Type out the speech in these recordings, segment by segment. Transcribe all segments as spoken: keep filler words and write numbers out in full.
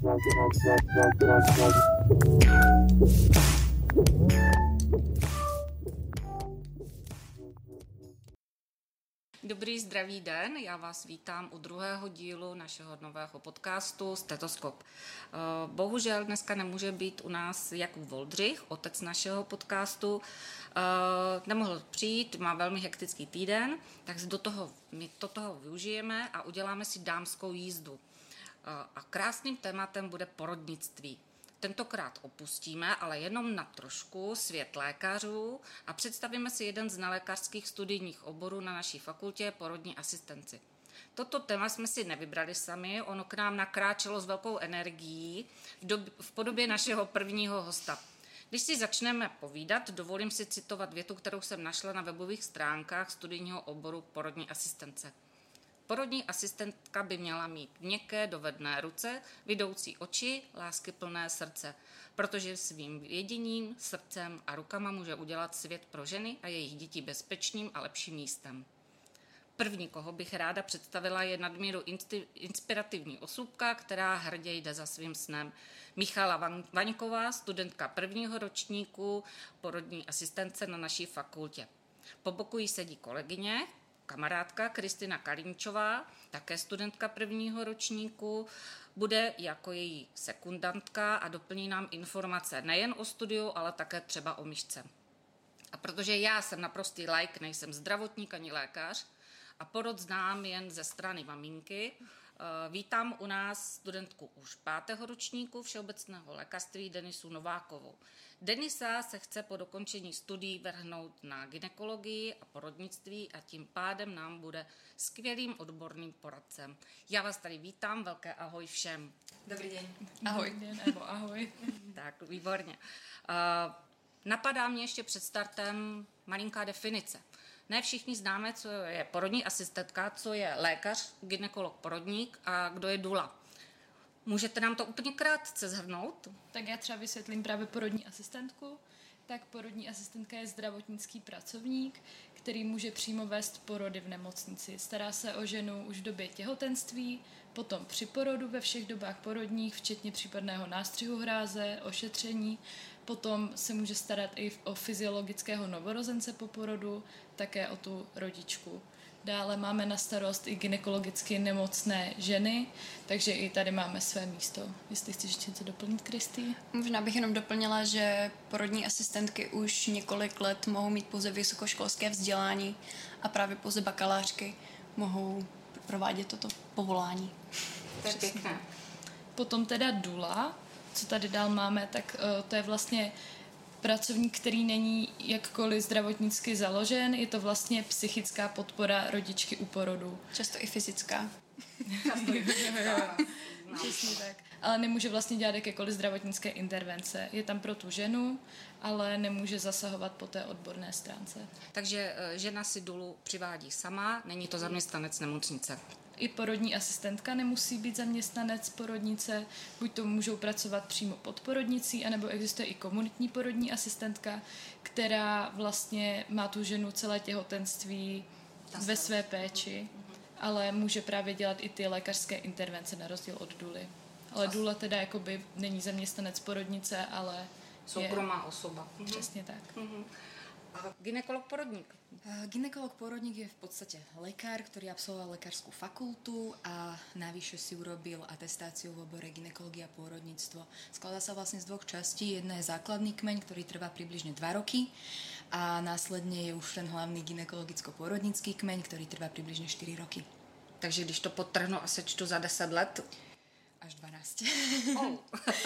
Dobrý zdravý den, já vás vítám u druhého dílu našeho nového podcastu Stetoskop. Bohužel dneska nemůže být u nás Jakub Voldřich, otec našeho podcastu. Nemohl přijít, má velmi hektický týden, tak do toho, my do toho využijeme a uděláme si dámskou jízdu. A krásným tématem bude porodnictví. Tentokrát opustíme, ale jenom na trošku, svět lékařů a představíme si jeden z nelékařských studijních oborů na naší fakultě, porodní asistenci. Toto téma jsme si nevybrali sami, ono k nám nakráčelo s velkou energií v, dob- v podobě našeho prvního hosta. Když si začneme povídat, dovolím si citovat větu, kterou jsem našla na webových stránkách studijního oboru porodní asistence. Porodní asistentka by měla mít měkké, dovedné ruce, vidoucí oči, láskyplné srdce, protože svým věděním, srdcem a rukama může udělat svět pro ženy a jejich děti bezpečným a lepším místem. První, koho bych ráda představila, je nadmíru inspirativní osobka, která hrdě jde za svým snem. Michala Vaňková, studentka prvního ročníku porodní asistence na naší fakultě. Po boku jí sedí kolegyně, kamarádka Kristina Kalínčová, také studentka prvního ročníku, bude jako její sekundantka a doplní nám informace nejen o studiu, ale také třeba o Myšce. A protože já jsem naprostý laik, nejsem zdravotník ani lékař a porod znám jen ze strany maminky, vítám u nás studentku už pátého ročníku všeobecného lékařství Denisu Novákovou. Denisa se chce po dokončení studií vrhnout na gynekologii a porodnictví a tím pádem nám bude skvělým odborným poradcem. Já vás tady vítám, velké ahoj všem. Dobrý den. Ahoj. Dobrý den, nebo ahoj. Tak, výborně. Uh, napadá mě ještě před startem malinká definice. Ne všichni známe, co je porodní asistentka, co je lékař, gynekolog, porodník a kdo je dula. Můžete nám to úplně krátce shrnout? Tak já třeba vysvětlím právě porodní asistentku. Tak porodní asistentka je zdravotnický pracovník, který může přímo vést porody v nemocnici. Stará se o ženu už v době těhotenství, potom při porodu ve všech dobách porodních, včetně případného nástřihu hráze, ošetření. Potom se může starat i o fyziologického novorozence po porodu, také o tu rodičku. Dále máme na starost i gynekologicky nemocné ženy, takže i tady máme své místo. Jestli chceš ještě něco doplnit, Kristý? Možná bych jenom doplnila, že porodní asistentky už několik let mohou mít pouze vysokoškolské vzdělání a právě pouze bakalářky mohou provádět toto povolání. To je pěkné. Potom teda dula, co tady dál máme, tak uh, to je vlastně pracovník, který není jakkoliv zdravotnicky založen, je to vlastně psychická podpora rodičky u porodu. Často i fyzická. Často i fyzická. Přesně tak. Ale nemůže vlastně dělat jakékoliv zdravotnické intervence. Je tam pro tu ženu, ale nemůže zasahovat po té odborné stránce. Takže žena si dulu přivádí sama, není to zaměstnanec nemocnice. I porodní asistentka nemusí být zaměstnanec porodnice, buď to můžou pracovat přímo pod porodnicí, anebo existuje i komunitní porodní asistentka, která vlastně má tu ženu celé těhotenství ve své péči, ale může právě dělat i ty lékařské intervence na rozdíl od duly. Ale dula teda jakoby není zaměstnanec porodnice, ale soukromá osoba. Přesně tak. Uh-huh. A gynekolog porodník? Gynekolog porodník je v podstate lekár, ktorý absolvoval lekárskú fakultu a navyše si urobil atestáciu v obore gynekológia a pôrodníctvo. Skladá sa vlastne z dvoch častí. Jedna je základný kmeň, ktorý trvá približne dva roky a následne je už ten hlavný gynekologicko-pôrodnický kmeň, ktorý trvá približne štyri roky. Takže když to podtrhnu a sečtu za deset let? Až dvanásť. Oh.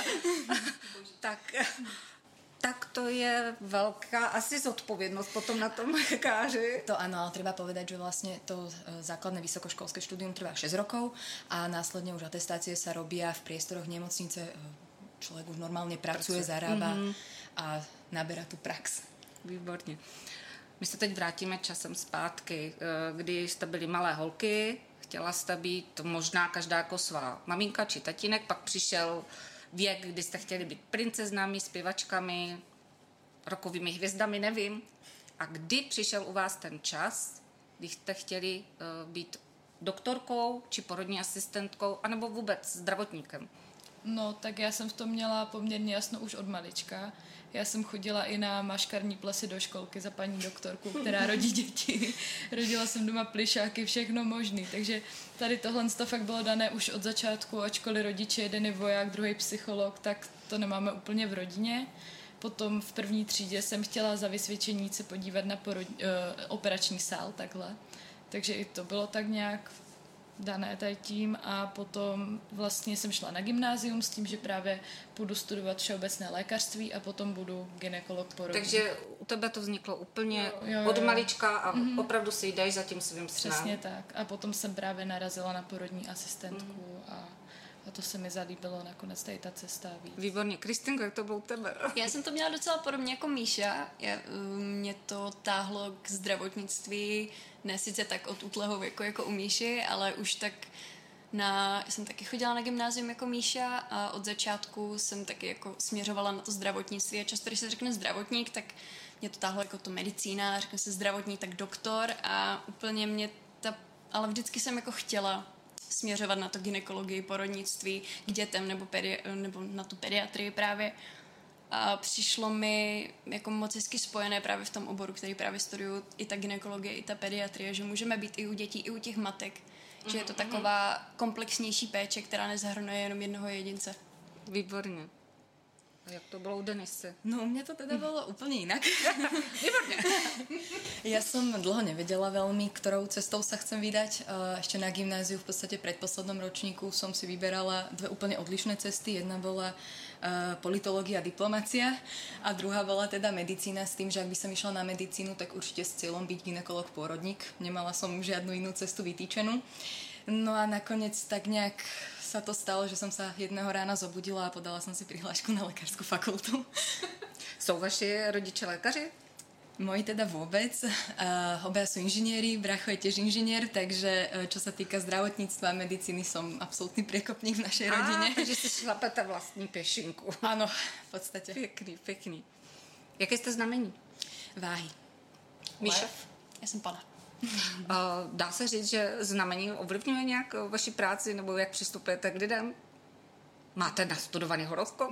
tak... Tak to je veľká asi zodpovednosť potom na tom lékaři. To áno, ale treba povedať, že vlastne to základné vysokoškolské štúdium trvá šesť rokov a následne už atestácie sa robia v priestoroch nemocnice. Človek už normálne pracuje, pracuje. zarába mm-hmm. a naberá tu prax. Výborně. My se teď vrátíme časem zpátky, kdy jste byli malé holky, chtěla jste být možná každá jako svá maminka či tatínek, pak přišel věk, kdy jste chtěli být princeznami, zpěvačkami, rokovými hvězdami, nevím. A kdy přišel u vás ten čas, kdy jste chtěli uh, být doktorkou či porodní asistentkou, anebo vůbec zdravotníkem? No, tak já jsem v tom měla poměrně jasno už od malička. Já jsem chodila i na maškarní plesy do školky za paní doktorku, která rodí děti. Rodila jsem doma plišáky, všechno možný. Takže tady tohle to fakt bylo dané už od začátku, ačkoliv rodiče, jeden je voják, druhý psycholog, tak to nemáme úplně v rodině. Potom v první třídě jsem chtěla za vysvědčení se podívat na porod, uh, operační sál, takhle. Takže i to bylo tak nějak dané tady tím a potom vlastně jsem šla na gymnázium s tím, že právě půjdu studovat všeobecné lékařství a potom budu gynekolog porodní. Takže u tebe to vzniklo úplně jo, jo, jo. od malička a mm-hmm. opravdu si jdeš za tím svým snám. Přesně tak. A potom jsem právě narazila na porodní asistentku mm. a, a to se mi zalíbilo nakonec tady ta cesta víc. Výborně. Kristýnko, jak to bylo u tebe? Já jsem to měla docela podobně jako Míša. Já, mě to táhlo k zdravotnictví, ne sice tak od útlého věku jako u Míši, ale už tak na, jsem taky chodila na gymnázium jako Míša a od začátku jsem taky jako směřovala na to zdravotnictví a často, když se řekne zdravotník, tak mě to táhlo jako to medicína, řekne se zdravotník, tak doktor a úplně mě ta, ale vždycky jsem jako chtěla směřovat na to gynekologii, porodnictví k dětem nebo, pedi, nebo na tu pediatrii právě. A přišlo mi jako moc hezky spojené právě v tom oboru, který právě studuju, i ta gynekologie, i ta pediatrie, že můžeme být i u dětí, i u těch matek. Mm-hmm. Že je to taková komplexnější péče, která nezahrnuje jenom jednoho jedince. Výborně. A jak to bylo u Denisy? No, u mňa to teda bolo úplne inak. Výborne. Ja som dlho nevedela veľmi, ktorou cestou sa chcem vydať. Ešte na gymnáziu v podstate predposlednom ročníku som si vyberala dve úplne odlišné cesty. Jedna bola politológia a diplomacia a druhá bola teda medicína s tým, že ak by som išla na medicínu, tak určite s cieľom byť gynekolog pôrodník. Nemala som žiadnu inú cestu vytýčenú. No a nakoniec tak nejak sa to stalo, že som sa jedného rána zobudila a podala som si prihlášku na lekárskú fakultu. Jsou vaši rodiče lékaři? Moji teda vôbec. Uh, obaja sú inžinieri, bracho je tiež inžinier, takže uh, čo sa týka zdravotníctva a medicíny, som absolútny priekopník v našej rodine. A, takže si šlapete vlastní pěšinku. Áno, v podstate. Pěkný, pěkný. Jaké jste znamení? Váhy. Míša? Já jsem pana. Uh, dá se říct, že znamení ovlivňuje nějak vaši práci, nebo jak přistupujete k lidem? Máte nastudovaný horoskop?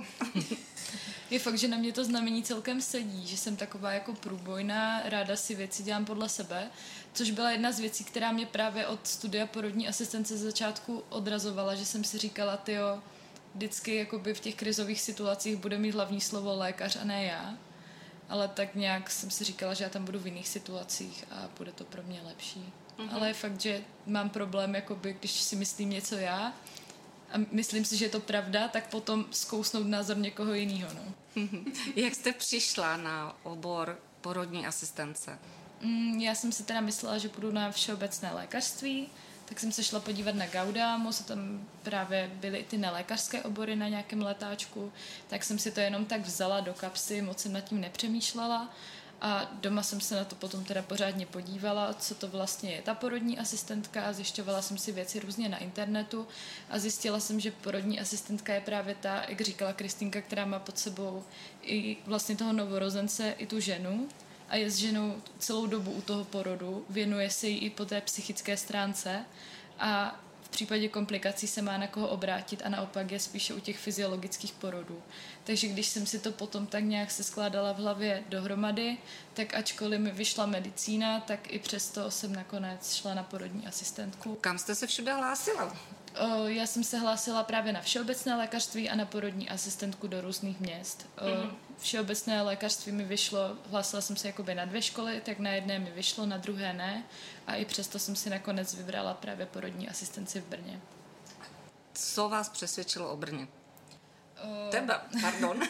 Je fakt, že na mě to znamení celkem sedí, že jsem taková jako průbojná, ráda si věci dělám podle sebe, což byla jedna z věcí, která mě právě od studia porodní asistence z začátku odrazovala, že jsem si říkala, tyjo, vždycky jakoby v těch krizových situacích bude mít hlavní slovo lékař a ne já. Ale tak nějak jsem si říkala, že já tam budu v jiných situacích a bude to pro mě lepší. Mm-hmm. Ale je fakt, že mám problém, jakoby, když si myslím něco já a myslím si, že je to pravda, tak potom zkousnout názor někoho jiného. No. Mm-hmm. Jak jste přišla na obor porodní asistence? Mm, já jsem si teda myslela, že půjdu na všeobecné lékařství, tak jsem se šla podívat na Gaudámus, tam právě byly ty nelékařské obory na nějakém letáčku, tak jsem si to jenom tak vzala do kapsy, moc jsem nad tím nepřemýšlela a doma jsem se na to potom teda pořádně podívala, co to vlastně je ta porodní asistentka a zjišťovala jsem si věci různě na internetu a zjistila jsem, že porodní asistentka je právě ta, jak říkala Kristýnka, která má pod sebou i vlastně toho novorozence, i tu ženu, a je s ženou celou dobu u toho porodu, věnuje se jí i po té psychické stránce a v případě komplikací se má na koho obrátit a naopak je spíše u těch fyziologických porodů. Takže když jsem si to potom tak nějak se skládala v hlavě dohromady, tak ačkoliv mi vyšla medicína, tak i přesto jsem nakonec šla na porodní asistentku. Kam jste se všude hlásila? O, já jsem se hlásila právě na všeobecné lékařství a na porodní asistentku do různých měst. O, mm-hmm. Všeobecné lékařství mi vyšlo, hlásila jsem se jakoby na dvě školy, tak na jedné mi vyšlo, na druhé ne. A i přesto jsem si nakonec vybrala právě porodní asistenci v Brně. Co vás přesvědčilo o Brně? O... Tebe, pardon.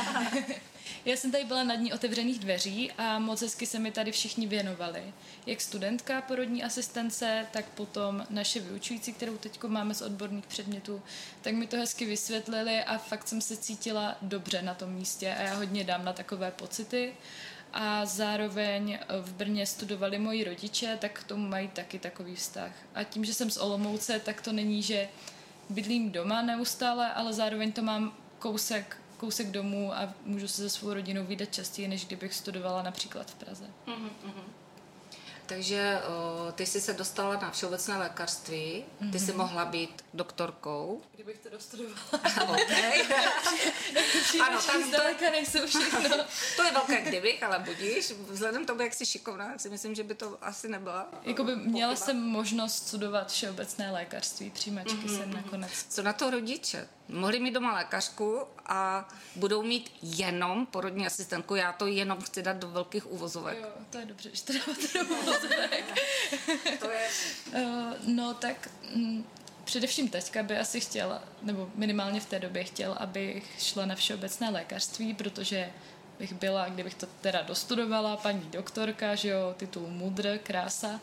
Já jsem tady byla na dní otevřených dveří a moc hezky se mi tady všichni věnovali. Jak studentka porodní asistence, tak potom naše vyučující, kterou teď máme z odborných předmětů, tak mi to hezky vysvětlili a fakt jsem se cítila dobře na tom místě a já hodně dám na takové pocity. A zároveň v Brně studovali moji rodiče, tak k tomu mají taky takový vztah. A tím, že jsem z Olomouce, tak to není, že bydlím doma neustále, ale zároveň to mám kousek kousek domů a můžu se se svou rodinou vídat častěji, než kdybych studovala například v Praze. Uh-huh, uh-huh. Takže uh, ty jsi se dostala na všeobecné lékařství, ty mm-hmm. jsi mohla být doktorkou. Kdybych to dostudovala. Okay. Ano, tam zdaleka nejsou všechno. To je velké kdybych, ale budíš. Vzhledem k tomu, jak jsi šikovná, tak si myslím, že by to asi nebyla. Jakoby měla jsem možnost studovat všeobecné lékařství, přijímačky mm-hmm. jsem nakonec. Co na to rodiče? Mohli mít doma lékařku a budou mít jenom porodní asistentku. Já to jenom chci dát do velkých uvozovek. Jo, to je dobře, že to dáváte do uvozovek. To je... Uh, no tak... Mm, především teďka by asi chtěla, nebo minimálně v té době chtěl, abych šla na všeobecné lékařství, protože bych byla, kdybych to teda dostudovala, paní doktorka, že jo, titul mudr, krása,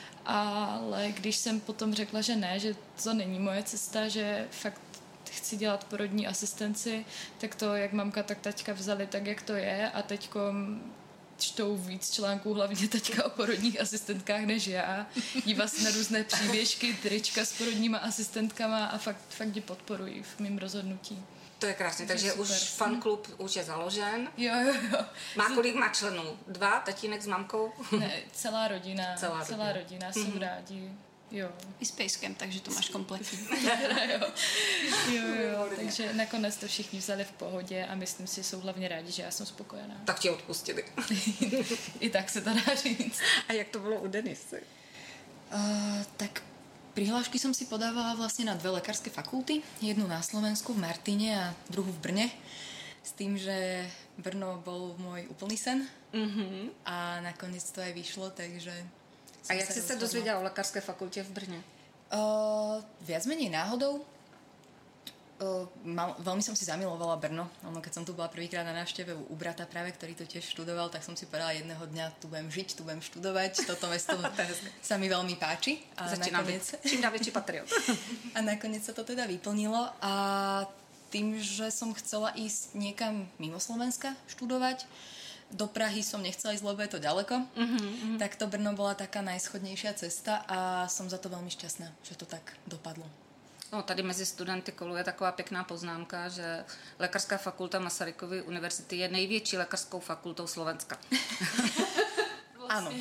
ale když jsem potom řekla, že ne, že to není moje cesta, že fakt chci dělat porodní asistenci, tak to, jak mamka, tak taťka vzali tak, jak to je a teďkom čtou víc článků, hlavně teďka o porodních asistentkách než já. Dívá se na různé příběžky, trička s porodníma asistentkama a fakt, fakt ji podporují v mém rozhodnutí. To je krásně, takže super. Už fanklub už je založen. Jo, jo, jo. Má kolik má členů? Dva? Tatínek s mamkou? Ne, celá rodina. Celá, celá rodina, rodina jsou mm-hmm. rádi. Jo. I s pejskem, takže to máš kompletní. jo. jo, jo, takže nakonec to všichni vzali v pohodě a myslím si, jsou hlavně rádi, že já jsem spokojená. Tak tě odpustili. I tak se to dá říct. A jak to bylo u Denisy? Uh, tak prihlášky som si podávala vlastne na dve lekárske fakulty. Jednu na Slovensku v Martine a druhú v Brne. S tým, že Brno bol môj úplný sen. Mm-hmm. A nakoniec to aj vyšlo, takže... A jak jsi se dozvěděla o lékařské fakultě v Brně? Uh, viac menej náhodou. Uh, mal, veľmi som si zamilovala Brno. Ono, keď som tu bola prvýkrát na návšteve u brata práve, ktorý to tiež študoval, tak som si povedala jedného dňa, tu budem žiť, tu budem študovať. Toto mesto sa mi veľmi páči. A Začínam nakoniec... byť čím dá väčší patriot. A nakoniec sa to teda vyplnilo a tým, že som chcela ísť niekam mimo Slovenska študovať, do Prahy som nechcela ísť, lebo je to ďaleko, mm-hmm. tak to Brno bola taká najschodnejšia cesta a som za to veľmi šťastná, že to tak dopadlo. No, tady mezi studenty koluje taková pěkná poznámka, že Lékařská fakulta Masarykovy univerzity je největší lékařskou fakultou Slovenska. Ano.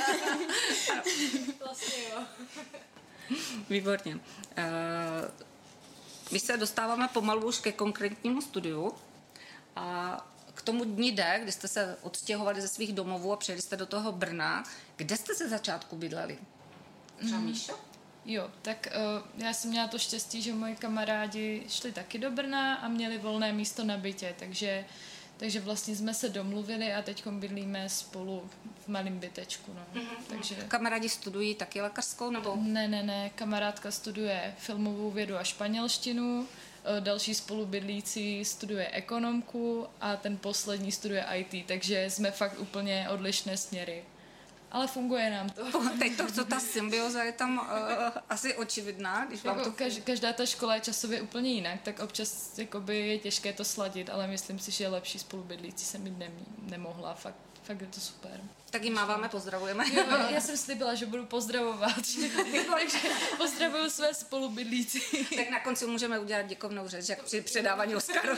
Vlastně jo. Výborně. Uh, my se dostáváme pomalu už ke konkrétnímu studiu a k tomu dni D, kdy jste se odstěhovali ze svých domovů a přijeli jste do toho Brna. Kde jste se začátku bydleli? Třeba Míša? Jo, tak uh, já jsem měla to štěstí, že moji kamarádi šli taky do Brna a měli volné místo na bytě, takže, takže vlastně jsme se domluvili a teď bydlíme spolu v malém bytečku. No. Mm-hmm. Takže... Kamarádi studují taky lékařskou? Nebo? Ne, ne, ne, kamarádka studuje filmovou vědu a španělštinu, další spolubydlící studuje ekonomku a ten poslední studuje í té, takže jsme fakt úplně odlišné směry. Ale funguje nám to. Teď to, co ta symbioza je tam uh, asi očividná. Když vám jako to... kaž, každá ta škola je časově úplně jinak, tak občas jakoby, je těžké to sladit, ale myslím si, že lepší spolubydlící jsem mít ne, nemohla. Fakt, fakt je to super. Tak ji máváme, pozdravujeme. Jo, já jsem slíbila, že budu pozdravovat. Takže pozdravuju své spolubydlící. Tak na konci můžeme udělat děkovnou řeč, jak při předávání Oscaru.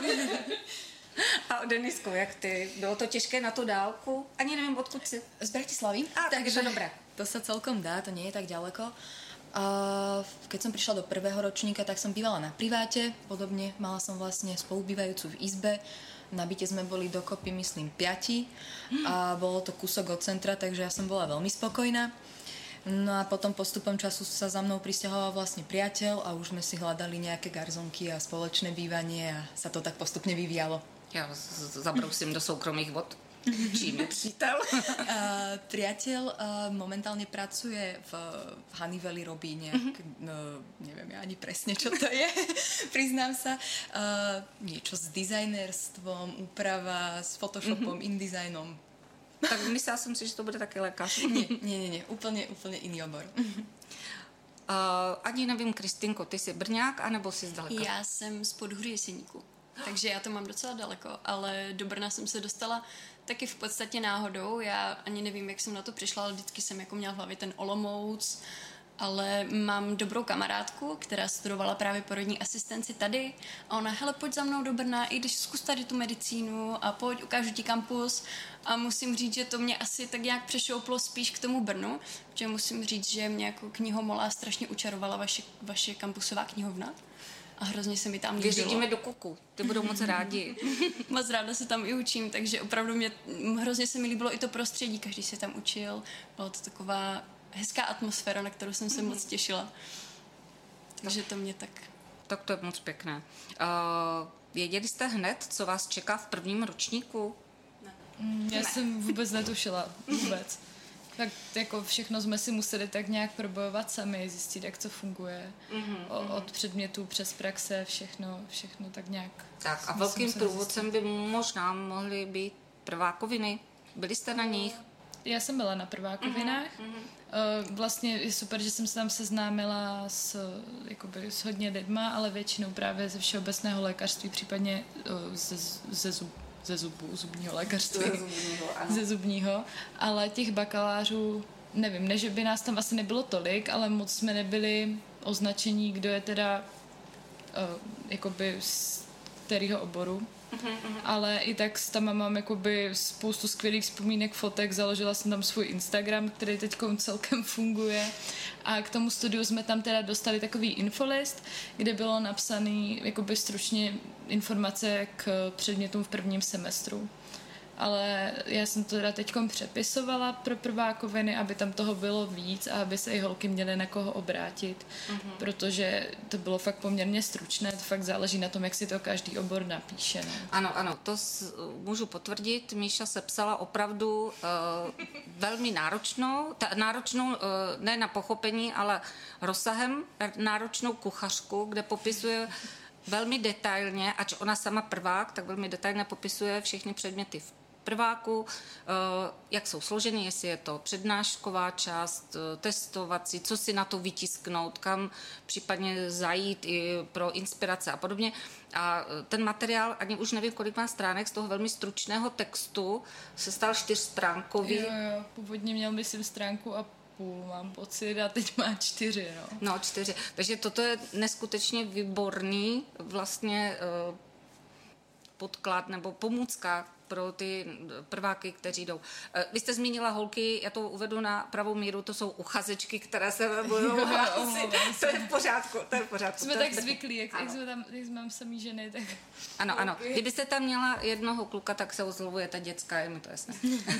A Denisko, jak ty? Bylo to těžké na tu dálku? Ani nevím, odkud si. Z Bratislavy. A, takže dobré. To sa celkom dá, to nie je tak ďaleko. A keď som prišla do prvého ročníka, tak som bývala na priváte, podobne mala som vlastne spolubývajúcu v izbe. Na byte sme boli dokopy, myslím, piati a bolo to kúsok od centra, takže ja som bola veľmi spokojná. No a potom postupom času sa za mnou prisťahoval vlastne priateľ a už sme si hľadali nejaké garzonky a spoločné bývanie a sa to tak postupne vyvíjalo. Já zabrousím do soukromých vod. Čím je přítel? Uh, priateľ uh, momentálne pracuje v, v Honeywelli, robí nejak, mm-hmm. no, neviem ja ani presne, čo to je, priznám sa. Uh, niečo s dizajnerstvom, úprava, s Photoshopom, mm-hmm. InDesignom. Tak myslela som si, že to bude taky lékař. Nie, nie, nie, nie. Úplne, úplne iný obor. Uh, ani nevím, Kristýnko, ty jsi Brňák, anebo jsi zdaleka? Já jsem z Podhůří Jeseníku, takže já to mám docela daleko, ale do Brna jsem se dostala taky v podstatě náhodou. Já ani nevím, jak jsem na to přišla, ale vždycky jsem jako měla v hlavě ten Olomouc ale mám dobrou kamarádku, která studovala právě porodní asistenci tady a ona, hele, pojď za mnou do Brna, i když zkus tady tu medicínu a pojď, ukážu ti kampus a musím říct, že to mě asi tak nějak přešouplo spíš k tomu Brnu, protože musím říct, že mě jako knihomola strašně učarovala vaše, vaše kampusová knihovna. A hrozně se mi tam líbilo. Vyřídíme do kuku, ty budou moc rádi. Moc ráda se tam i učím, takže opravdu mě hrozně se mi líbilo i to prostředí, každý se tam učil. Byla to taková hezká atmosféra, na kterou jsem se moc těšila. Takže to mě tak... Tak to je moc pěkné. Uh, věděli jste hned, co vás čeká v prvním ročníku? Mm, já ne. jsem vůbec netušila, vůbec. Tak jako všechno jsme si museli tak nějak probojovat sami, zjistit, jak to funguje. Mm-hmm. O, od předmětů přes praxe, všechno, všechno tak nějak. Tak a velkým průvodcem by možná mohly být prvákoviny. Byli jste na nich? Já jsem byla na prvákovinách. Mm-hmm. Vlastně je super, že jsem se tam seznámila s, jakoby, s hodně lidma, ale většinou právě ze všeobecného lékařství, případně ze, ze zub. ze zubu, zubního lékařství, ze zubního, ze zubního, ale těch bakalářů, nevím, ne, že by nás tam asi nebylo tolik, ale moc jsme nebyli označení, kdo je teda uh, jakoby z kterého oboru. Uh-huh. Ale i tak tam mám jakoby spoustu skvělých vzpomínek, fotek, založila jsem tam svůj Instagram, který teď celkem funguje a k tomu studiu jsme tam teda dostali takový infolist, kde bylo napsaný jakoby stručně informace k předmětům v prvním semestru. Ale já jsem to teda teďkom přepisovala pro prvákoviny, aby tam toho bylo víc a aby se i holky měly na koho obrátit, uh-huh. protože to bylo fakt poměrně stručné, to fakt záleží na tom, jak si to každý obor napíše. No. Ano, ano, to s, můžu potvrdit. Míša se psala opravdu uh, velmi náročnou, ta, náročnou uh, ne na pochopení, ale rozsahem náročnou kuchařku, kde popisuje velmi detailně, ač ona sama prvák, tak velmi detailně popisuje všechny předměty v prváku, jak jsou složeny, jestli je to přednášková část, testovací, co si na to vytisknout, kam případně zajít i pro inspirace a podobně. A ten materiál, ani už nevím, kolik má stránek, z toho velmi stručného textu se stal čtyřstránkový. Jo, jo, původně měl myslím stránku a půl, mám pocit, a teď má čtyři, no. No, čtyři. Takže toto je neskutečně výborný vlastně uh, podklad nebo pomůcka pro ty prváky, kteří jdou. Uh, vy jste zmínila holky, já to uvedu na pravou míru, to jsou uchazečky, které se budou to je v pořádku, to je v pořádku. Jsme tak zvyklí, jak, jak jsme tam, jak jsme tam samý ženy, tak... Ano, ano. Kdybyste tam měla jednoho kluka, tak se oslovujete děcka, je mi to jasné.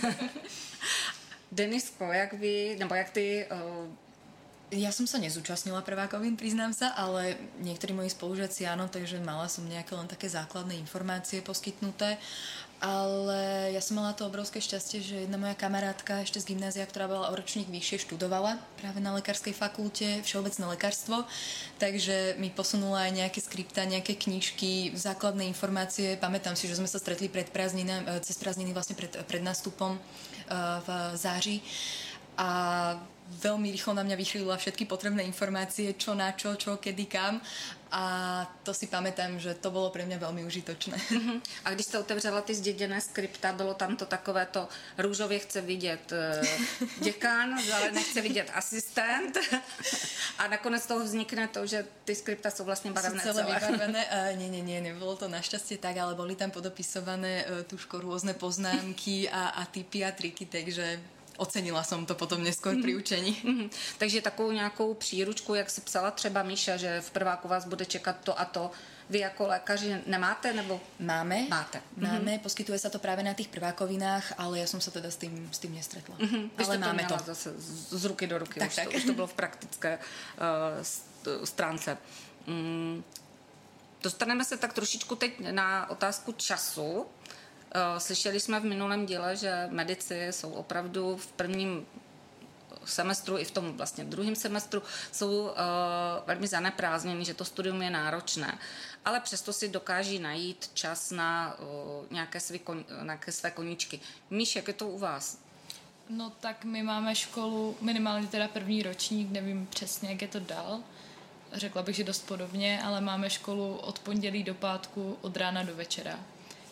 Denisko, jak vy, nebo jak ty... Uh... Ja som sa nezúčastnila prvákovín, priznám sa, ale niektorí moji spolužiaci áno, takže mala som nejaké len také základné informácie poskytnuté. Ale ja som mala to obrovské šťastie, že jedna moja kamarátka ešte z gymnázia, ktorá bola o ročník vyššie, študovala práve na lekárskej fakulte všeobecné lekárstvo, takže mi posunula aj nejaké skripta, nejaké knižky, základné informácie. Pamätám si, že sme sa stretli pred prázdninami, cez prázdniny vlastne pred, pred nástupom v září a veľmi rýchlo na mňa vychýlila všetky potrebné informácie, čo na čo, čo, kedy, kam a to si pamätám, že to bolo pre mňa veľmi užitočné. Uh-huh. A když jste otevřela ty zděděné skripta, bylo tam to takové to růžově chce vidět uh, děkan, ale nechce vidět asistent a nakonec toho vznikne to, že ty skripta jsou vlastně barevné celé. celé vybarvené. Uh, nie, nie, nie, nebolo to našťastie tak, ale boli tam podopisované uh, tužko rôzne poznámky a, a tipy a triky, takže ocenila jsem to potom neskôr při učení. Mm-hmm. Takže takovou nějakou příručku, jak se psala třeba Míša, že v prváku vás bude čekat to a to, vy jako lékaři nemáte, nebo? Máme. Máte. Máme, mm-hmm. poskytuje sa to práve na tých prvákovinách, ale ja som sa teda s tým, s tým nestretla. Mm-hmm. Ale to máme to. Zase z, z ruky do ruky, tak, už, tak. To, už to bylo v praktické uh, stránce. Mm. Dostaneme se tak trošičku teď na otázku času. Slyšeli jsme v minulém díle, že medici jsou opravdu v prvním semestru i v tom vlastně druhém semestru jsou uh, velmi zaneprázdnění, že to studium je náročné. Ale přesto si dokáží najít čas na uh, nějaké, svý kon, nějaké své koníčky. Míš, jak je to u vás? No tak my máme školu, minimálně teda první ročník, nevím přesně, jak je to dál. Řekla bych, že dost podobně, ale máme školu od pondělí do pátku, od rána do večera.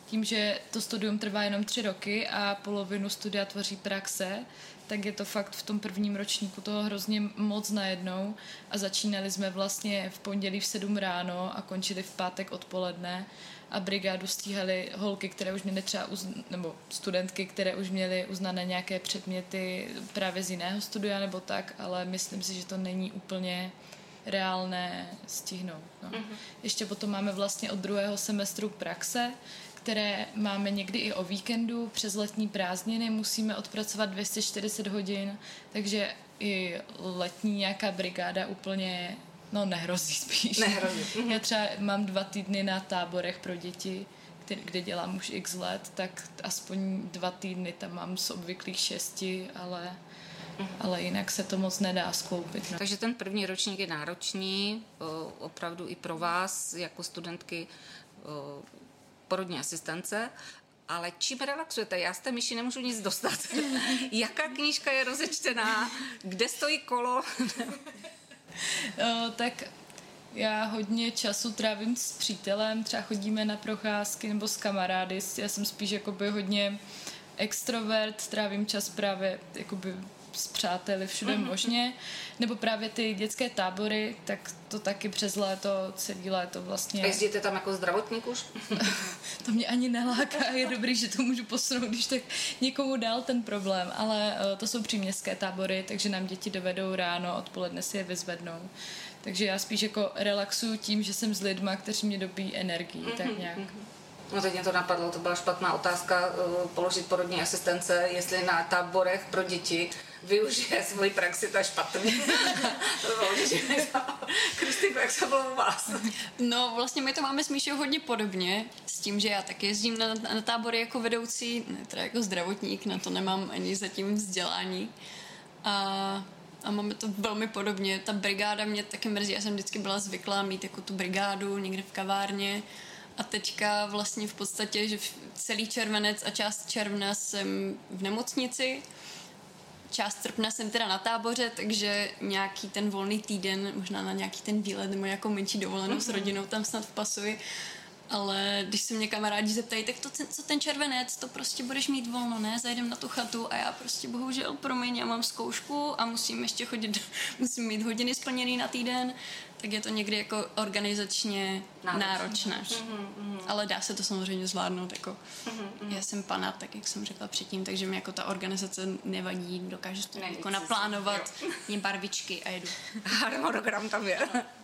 tím, že to studium trvá jenom tři roky a polovinu studia tvoří praxe, tak je to fakt v tom prvním ročníku toho hrozně moc najednou a začínali jsme vlastně v pondělí v sedm ráno a končili v pátek odpoledne a brigádu stíhali holky, které už měly třeba, uzn- nebo studentky, které už měly uznané nějaké předměty právě z jiného studia nebo tak, ale myslím si, že to není úplně reálné stihnout. No. Mm-hmm. Ještě potom máme vlastně od druhého semestru praxe, které máme někdy i o víkendu, přes letní prázdniny musíme odpracovat dvě stě čtyřicet hodin, takže i letní nějaká brigáda úplně, no nehrozí spíš. Nehrozí. Já třeba mám dva týdny na táborech pro děti, který, kde dělám už x let, tak aspoň dva týdny tam mám z obvyklých šesti, ale, ale jinak se to moc nedá skloupit. No. Takže ten první ročník je náročný, opravdu i pro vás jako studentky porodní asistence, ale čím relaxujete? Já z té myši nemůžu nic dostat. Jaká knížka je rozečtená? Kde stojí kolo? o, tak já hodně času trávím s přítelem, třeba chodíme na procházky nebo s kamarády. Já jsem spíš jakoby hodně extrovert, trávím čas právě jakoby s přáteli všude mm-hmm. možně, nebo právě ty dětské tábory, tak to taky přes léto, celý léto vlastně. A jezdíte tam jako zdravotník už? To mě ani neláká, je dobrý, že to můžu posunout, když tak někomu dál ten problém, ale to jsou příměstské tábory, takže nám děti dovedou ráno, odpoledne si je vyzvednou. Takže já spíš jako relaxuju tím, že jsem s lidma, kteří mě dobíjí energii, mm-hmm. tak nějak. No teď mě to napadlo, to byla špatná otázka položit porodní asistence, jestli na táborech pro děti využije svoji praxi, to je špatný. To bylo, že Kristýnko, jak se bylo u vás? No vlastně my to máme s Míšou hodně podobně, s tím, že já taky jezdím na, na tábory jako vedoucí, ne teda jako zdravotník, na to nemám ani zatím vzdělání. A A máme to velmi podobně. Ta brigáda mě taky mrzí. Já jsem vždycky byla zvyklá mít jako tu brigádu někde v kavárně. A teďka vlastně v podstatě, že celý červenec a část června jsem v nemocnici. Část srpna jsem teda na táboře, takže nějaký ten volný týden, možná na nějaký ten výlet nebo nějakou menší dovolenou mm-hmm. s rodinou tam snad vpasuji. Ale když se mě kamarádi zeptají, tak to, co ten červenec, to prostě budeš mít volno, ne? Zajdem na tu chatu a já prostě bohužel, promiň, já mám zkoušku a musím ještě chodit, musím mít hodiny splněný na týden, tak je to někdy jako organizačně náročné. náročné. Mm-hmm, mm-hmm. Ale dá se to samozřejmě zvládnout. Jako. Mm-hmm. Já jsem pana, tak jak jsem řekla předtím, takže mi jako ta organizace nevadí, dokážu to jako naplánovat, jím barvičky a jedu. Harmonogram tam je.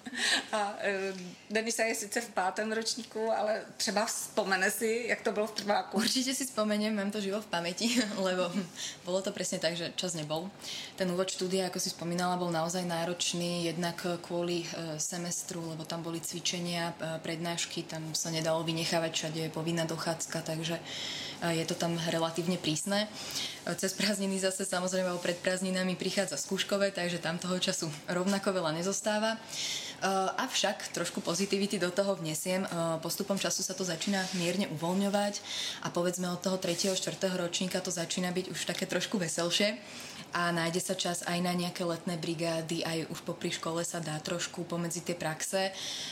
A Denisa je sice v pátém ročníku, ale třeba vzpomene si, jak to bylo v prváku. Určite si spomeniem, mám to živo v pamäti, lebo bolo to presne tak, že čas nebol. Ten úvod štúdia, ako si spomínala, bol naozaj náročný, jednak kvôli semestru, lebo tam boli cvičenia, prednášky, tam sa nedalo vynechávať, všade je povinná dochádzka, takže je to tam relatívne prísne. Cez prázdniny zase samozrejme o pred prázdninami prichádza skúškové, takže tam toho času rovnako veľa nezostáva. Avšak trošku pozitivity do toho vnesiem. Postupom času sa to začína mierne uvoľňovať a povedzme od toho tretieho štvrtého ročníka to začína byť už také trošku veselšie a nájde sa čas aj na nejaké letné brigády, aj už popri škole sa dá trošku pomedzi tie praxe.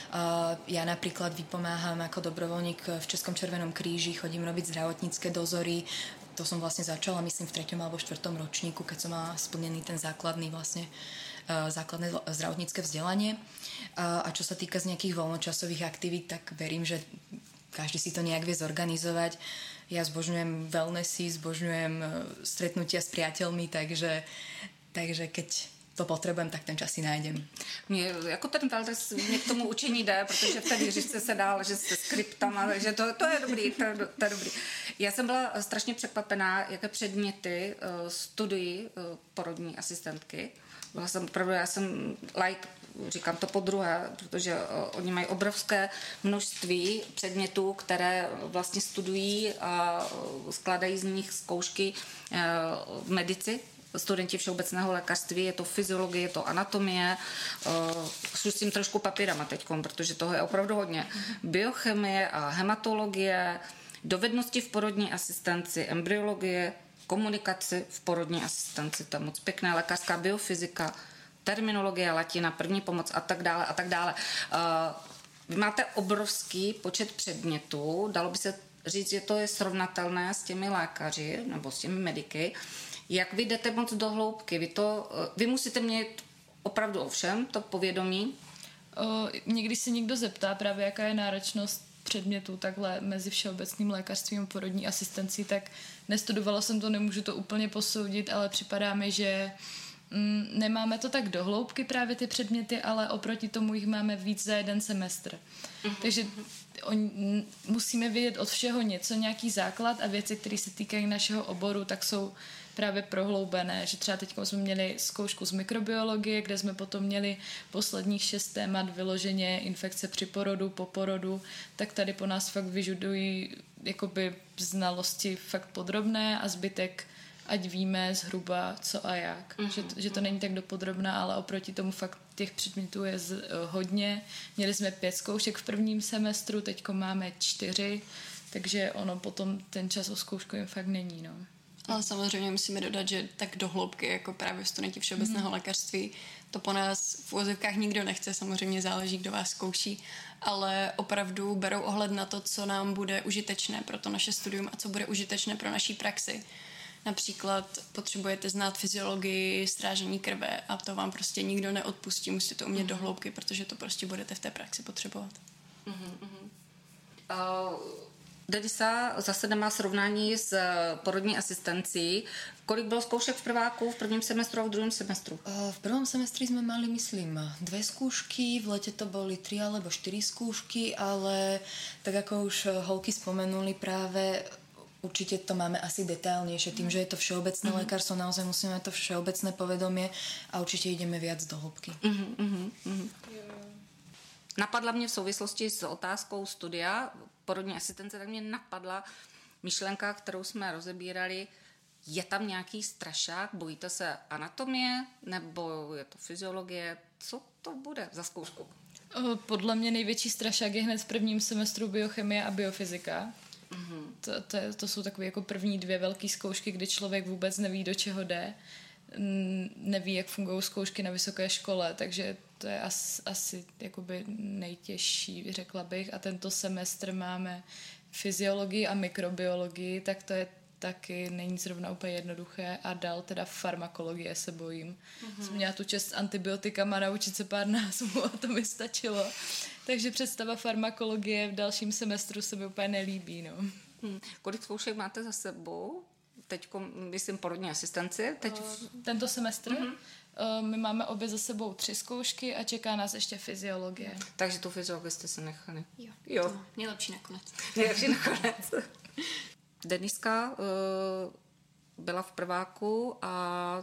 Ja napríklad vypomáham ako dobrovoľník v Českom červenom kríži, chodím robiť zdravotnícke dozory. To som vlastne začala, myslím, v treťom alebo štvrtom ročníku, keď som mala splnený ten základný vlastne základné zdravotnícke vzdelanie. A čo sa týka z nejakých voľnočasových aktivít, tak verím, že každý si to nejak vie zorganizovať. Ja zbožňujem wellnessy, zbožňujem stretnutia s priateľmi, takže, takže keď to potřebujem, tak ten čas si najdem. Mě, jako ten wellness mě k tomu učení jde, protože v té věžičce se dá ležet se skriptama, takže to, to je dobrý, to, to je dobrý. Já jsem byla strašně překvapená, jaké předměty uh, studují uh, porodní asistentky. Byla jsem opravdu, já jsem like, říkám to po druhé, protože uh, oni mají obrovské množství předmětů, které vlastně studují a uh, skládají z nich zkoušky uh, v medici. Studenti všeobecného lékařství, je to fyziologie, je to anatomie, uh, šustím trošku papírama teďkom, protože toho je opravdu hodně. Biochemie a hematologie, dovednosti v porodní asistenci, embryologie, komunikaci v porodní asistenci, to je moc pěkné, lékařská biofyzika, terminologie, latina, první pomoc a tak dále a tak dále. Uh, vy máte obrovský počet předmětů, dalo by se říct, že to je srovnatelné s těmi lékaři nebo s těmi mediky. Jak vy jdete moc do hloubky? Vy, to, vy musíte mít opravdu o všem to povědomí? O, někdy se někdo zeptá právě, jaká je náročnost předmětů takhle mezi všeobecným lékařstvím a porodní asistencí, tak nestudovala jsem to, nemůžu to úplně posoudit, ale připadá mi, že mm, nemáme to tak do hloubky právě ty předměty, ale oproti tomu jich máme víc za jeden semestr. Uh-huh. Takže on, musíme vědět od všeho něco, nějaký základ a věci, které se týkají našeho oboru, tak jsou právě prohloubené, že třeba teď jsme měli zkoušku z mikrobiologie, kde jsme potom měli posledních šest témat vyloženě infekce při porodu, po porodu, tak tady po nás fakt vyžadují jakoby znalosti fakt podrobné a zbytek ať víme zhruba co a jak. Mm-hmm. Že, to, že to není tak dopodrobná, ale oproti tomu fakt těch předmětů je z, uh, hodně. Měli jsme pět zkoušek v prvním semestru, teďko máme čtyři, takže ono potom ten čas o zkoušku jim fakt není, no. Ale samozřejmě musíme dodat, že tak do hloubky, jako právě studenti všeobecného mm. lékařství, to po nás v úvozovkách nikdo nechce, samozřejmě záleží, kdo vás zkouší, ale opravdu berou ohled na to, co nám bude užitečné pro to naše studium a co bude užitečné pro naší praxi. Například potřebujete znát fyziologii strážení krve a to vám prostě nikdo neodpustí, musíte to umět mm. do hloubky, protože to prostě budete v té praxi potřebovat. Mm-hmm. Uh... Denisa zase nemá srovnání s porodní asistencí. Kolik bylo zkoušek v prváku, v prvním semestru a v druhém semestru? V prvom semestri sme mali, myslím, dve skúšky, v lete to boli tri alebo štyri skúšky, ale tak ako už holky spomenuli práve, určite to máme asi detailnejšie, tým, že je to všeobecné mm-hmm. lekárstvo, naozaj musíme to všeobecné povedomie a určite ideme viac do hĺbky. Mm-hmm, mm-hmm. Napadla mě v souvislosti s otázkou studia porodní asistence, tak mě napadla myšlenka, kterou jsme rozebírali. Je tam nějaký strašák? Bojíte se anatomie? Nebo je to fyziologie? Co to bude za zkoušku? Podle mě největší strašák je hned v prvním semestru biochemie a biofyzika. Mm-hmm. To, to, to jsou takové jako první dvě velké zkoušky, kdy člověk vůbec neví, do čeho jde. Neví, jak fungují zkoušky na vysoké škole, takže to je asi, asi jakoby nejtěžší, řekla bych. A tento semestr máme fyziologii a mikrobiologii, tak to je taky, není zrovna úplně jednoduché. A dál teda farmakologie se bojím. Mm-hmm. Jsem měla tu čest s antibiotikama naučit se pár názvů a to mi stačilo. Takže představa farmakologie v dalším semestru se mi úplně nelíbí. No. Hmm. Kolik zkoušek máte za sebou? Teďko, myslím, porodní asistenci. Teď... Tento semestr. Mm-hmm. My máme obě za sebou tři zkoušky a čeká nás ještě fyziologie. Takže tu fyziologii jste se nechali. Jo. jo. Nejlepší nakonec. Nejlepší nakonec. Deniska uh, byla v prváku a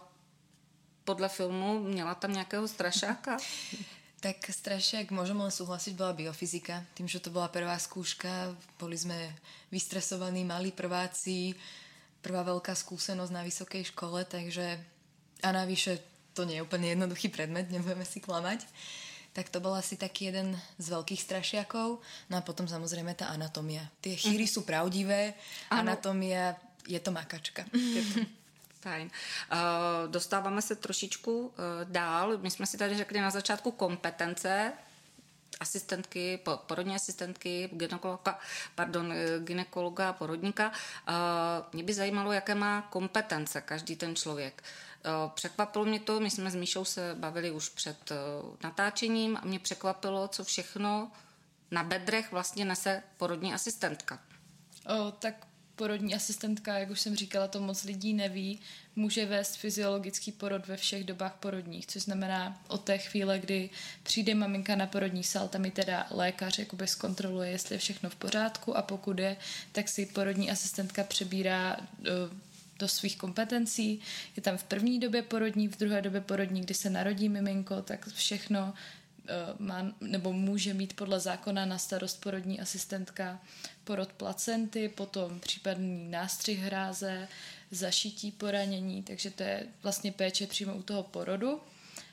podle filmu měla tam nějakého strašáka. Tak strašiak, môžem len súhlasiť, bola biofyzika. Tým, že to bola prvá skúška, boli sme vystresovaní, malí prváci, prvá veľká skúsenosť na vysokej škole, takže a navyše to nie je úplne jednoduchý predmet, nebudeme si klamať. Tak to bol asi taký jeden z veľkých strašiakov. No a potom samozrejme tá anatómia. Tie chýry mm. sú pravdivé, ano. Anatómia je to makačka. Fajn. Uh, dostáváme se trošičku uh, dál. My jsme si tady řekli na začátku kompetence asistentky, porodní asistentky, gynekologa, pardon, gynekologa a porodníka. Uh, mě by zajímalo, jaké má kompetence každý ten člověk. Uh, překvapilo mě to, my jsme s Míšou se bavili už před uh, natáčením a mě překvapilo, co všechno na bedrech vlastně nese porodní asistentka. O, tak porodní asistentka, jak už jsem říkala, to moc lidí neví, může vést fyziologický porod ve všech dobách porodních, což znamená od té chvíle, kdy přijde maminka na porodní sál, tam ji teda lékař jakoby zkontroluje, jestli je všechno v pořádku a pokud je, tak si porodní asistentka přebírá do, do svých kompetencí. Je tam v první době porodní, v druhé době porodní, kdy se narodí miminko, tak všechno má, nebo může mít podle zákona na starost porodní asistentka porod placenty, potom případný nástřih hráze, zašití poranění, takže to je vlastně péče přímo u toho porodu.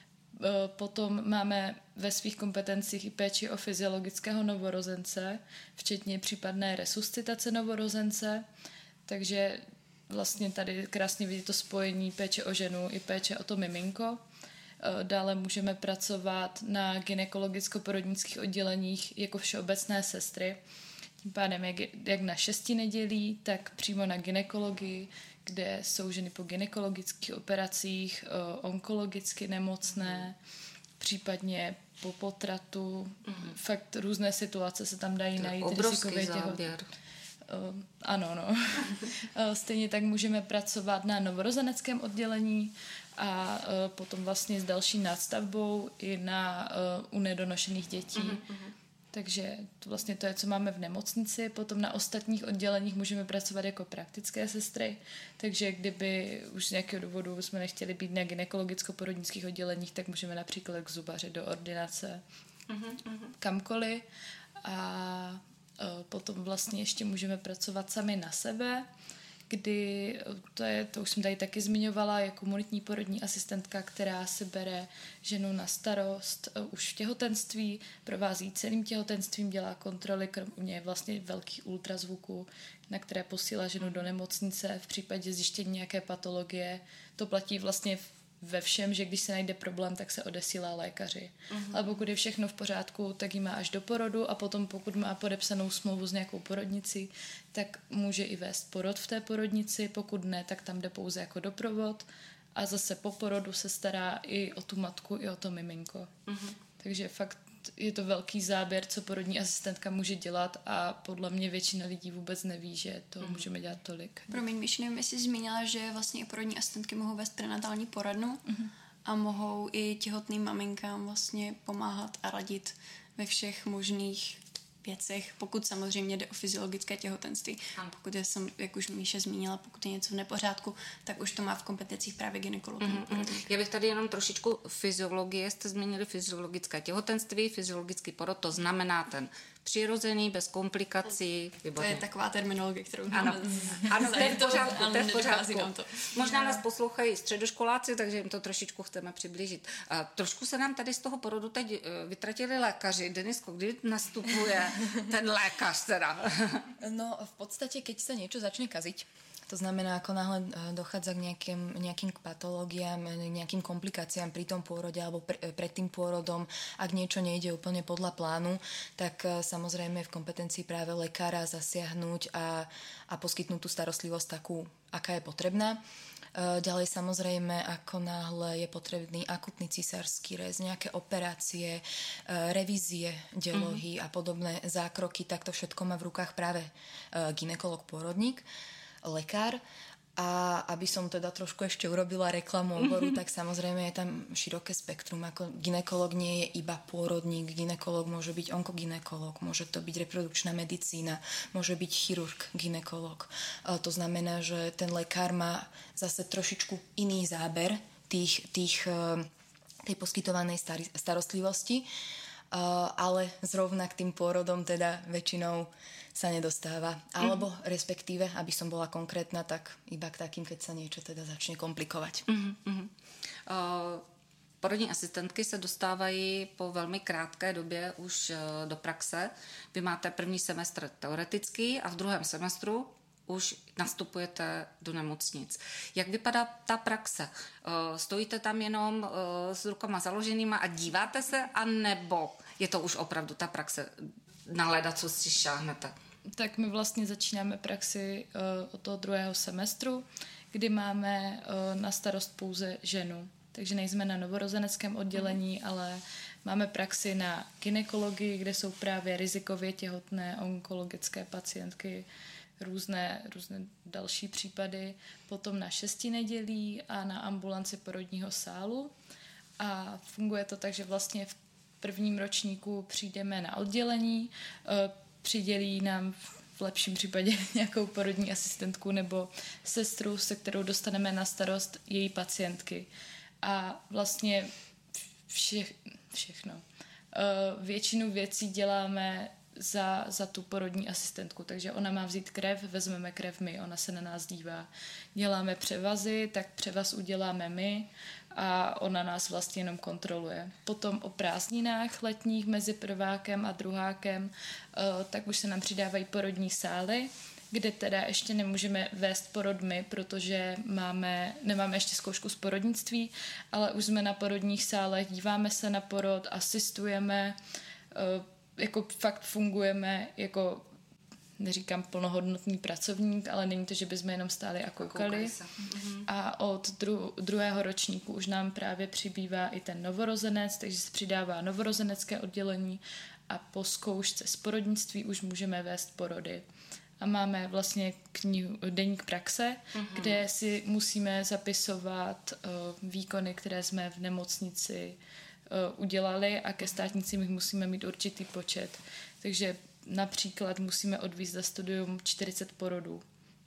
Potom máme ve svých kompetencích i péči o fyziologického novorozence, včetně případné resuscitace novorozence, takže vlastně tady krásně vidět to spojení péče o ženu i péče o to miminko. Dále můžeme pracovat na gynekologicko-porodnických odděleních jako všeobecné sestry, Tím pádem jak, jak na šesti nedělí, tak přímo na gynekologii, kde jsou ženy po gynekologických operacích, onkologicky nemocné, případně po potratu. Mm. Fakt různé situace se tam dají najít. Obrovský záběr. Uh, ano, no. uh, stejně tak můžeme pracovat na novorozeneckém oddělení a uh, potom vlastně s další nadstavbou i na uh, u nedonošených dětí. Mm-hmm. Takže to vlastně to je, co máme v nemocnici. Potom na ostatních odděleních můžeme pracovat jako praktické sestry, takže kdyby už z nějakého důvodu jsme nechtěli být na gynekologicko-porodnických odděleních, tak můžeme například k zubaři do ordinace, mm-hmm. kamkoliv. A potom vlastně ještě můžeme pracovat sami na sebe, kdy, to, je, to už jsem tady taky zmiňovala, je komunitní porodní asistentka, která se bere ženu na starost už v těhotenství, provází celým těhotenstvím, dělá kontroly, kromě je vlastně velkých ultrazvuků, na které posílá ženu do nemocnice v případě zjištění nějaké patologie. To platí vlastně ve všem, že když se najde problém, tak se odesílá lékaři. Uh-huh. Ale pokud je všechno v pořádku, tak ji má až do porodu a potom pokud má podepsanou smlouvu s nějakou porodnicí, tak může i vést porod v té porodnici, pokud ne, tak tam jde pouze jako doprovod a zase po porodu se stará i o tu matku, i o to miminko. Uh-huh. Takže fakt je to velký záběr, co porodní asistentka může dělat a podle mě většina lidí vůbec neví, že to mm. můžeme dělat tolik. Promiň, Míš, nevím, jestli zmínila, že vlastně i porodní asistentky mohou vést prenatální poradnu mm. a mohou i těhotným maminkám vlastně pomáhat a radit ve všech možných věcech, pokud samozřejmě jde o fyziologické těhotenství. A pokud je, jak už Míša zmínila, pokud je něco v nepořádku, tak už to má v kompetencích právě gynekologů. Mm-hmm. Já bych tady jenom trošičku fyziologie, jste zmínili fyziologické těhotenství, fyziologický porod, to znamená ten přirozený, bez komplikací. Výborně. To je taková terminologie, kterou ano. máme. Ano, to je v pořádku. To je v pořádku. To. Možná nás poslouchají středoškoláci, takže jim to trošičku chceme přiblížit. A trošku se nám tady z toho porodu teď vytratili lékaři. Denisko, kdy nastupuje ten lékař teda? No v podstate, keď sa niečo začne kaziť, to znamená, ako náhle dochádza k nejakým, nejakým patológiám, nejakým komplikáciám pri tom pôrode alebo pre, pred tým pôrodom, ak niečo nejde úplne podľa plánu, tak samozrejme je v kompetencii práve lekára zasiahnuť a, a poskytnúť tú starostlivosť takú, aká je potrebná. Ďalej samozrejme, ako náhle je potrebný akutný cisársky rez, nejaké operácie, revízie delohy mm-hmm. a podobné zákroky, tak to všetko má v rukách práve gynekolog-pôrodník, lekár. A aby som teda trošku ešte urobila reklamu oboru, mm-hmm. tak samozrejme je tam široké spektrum. Ako gynekolog nie je iba pôrodník, gynekolog môže byť onkogynekolog, môže to byť reprodukčná medicína, môže byť chirurg, gynekolog. To znamená, že ten lekár má zase trošičku iný záber tých, tých, tej poskytovanej starostlivosti, ale zrovna k tým pôrodom teda väčšinou sa nedostáva. Alebo mm. respektíve, aby som bola konkrétna, tak iba k takým, keď sa niečo teda začne komplikovať. Mm-hmm. Uh, porodní asistentky se dostávají po velmi krátké době už uh, do praxe. Vy máte první semestr teoretický a v druhém semestru už nastupujete do nemocnic. Jak vypadá ta praxe? Uh, stojíte tam jenom uh, s rukama založenýma a díváte se, anebo je to už opravdu ta praxe na leda, co si šáhnete? Tak my vlastně začínáme praxi uh, od toho druhého semestru, kdy máme uh, na starost pouze ženu. Takže nejsme na novorozeneckém oddělení, mm. ale máme praxi na gynekologii, kde jsou právě rizikově těhotné onkologické pacientky, různé, různé další případy. Potom na šesti nedělí a na ambulanci porodního sálu. A funguje to tak, že vlastně v prvním ročníku přijdeme na oddělení, uh, přidělí nám v lepším případě nějakou porodní asistentku nebo sestru, se kterou dostaneme na starost její pacientky. A vlastně vše, všechno. Většinu věcí děláme za, za tu porodní asistentku, takže ona má vzít krev, vezmeme krev my, ona se na nás dívá. Děláme převazy, tak převaz uděláme my a ona nás vlastně jenom kontroluje. Potom o prázdninách letních mezi prvákem a druhákem, tak už se nám přidávají porodní sály, kde teda ještě nemůžeme vést porod my, protože máme, nemáme ještě zkoušku z porodnictví, ale už jsme na porodních sálech, díváme se na porod, asistujeme, jako fakt fungujeme jako neříkám plnohodnotný pracovník, ale není to, že bychom jenom stáli a koukali. A od dru- druhého ročníku už nám právě přibývá i ten novorozenec, takže se přidává novorozenecké oddělení a po zkoušce z porodnictví už můžeme vést porody. A máme vlastně knihu, deník praxe, uh-huh. kde si musíme zapisovat uh, výkony, které jsme v nemocnici uh, udělali a ke státnicím jich musíme mít určitý počet. Takže například musíme odvízt za studium čtyřicet porodů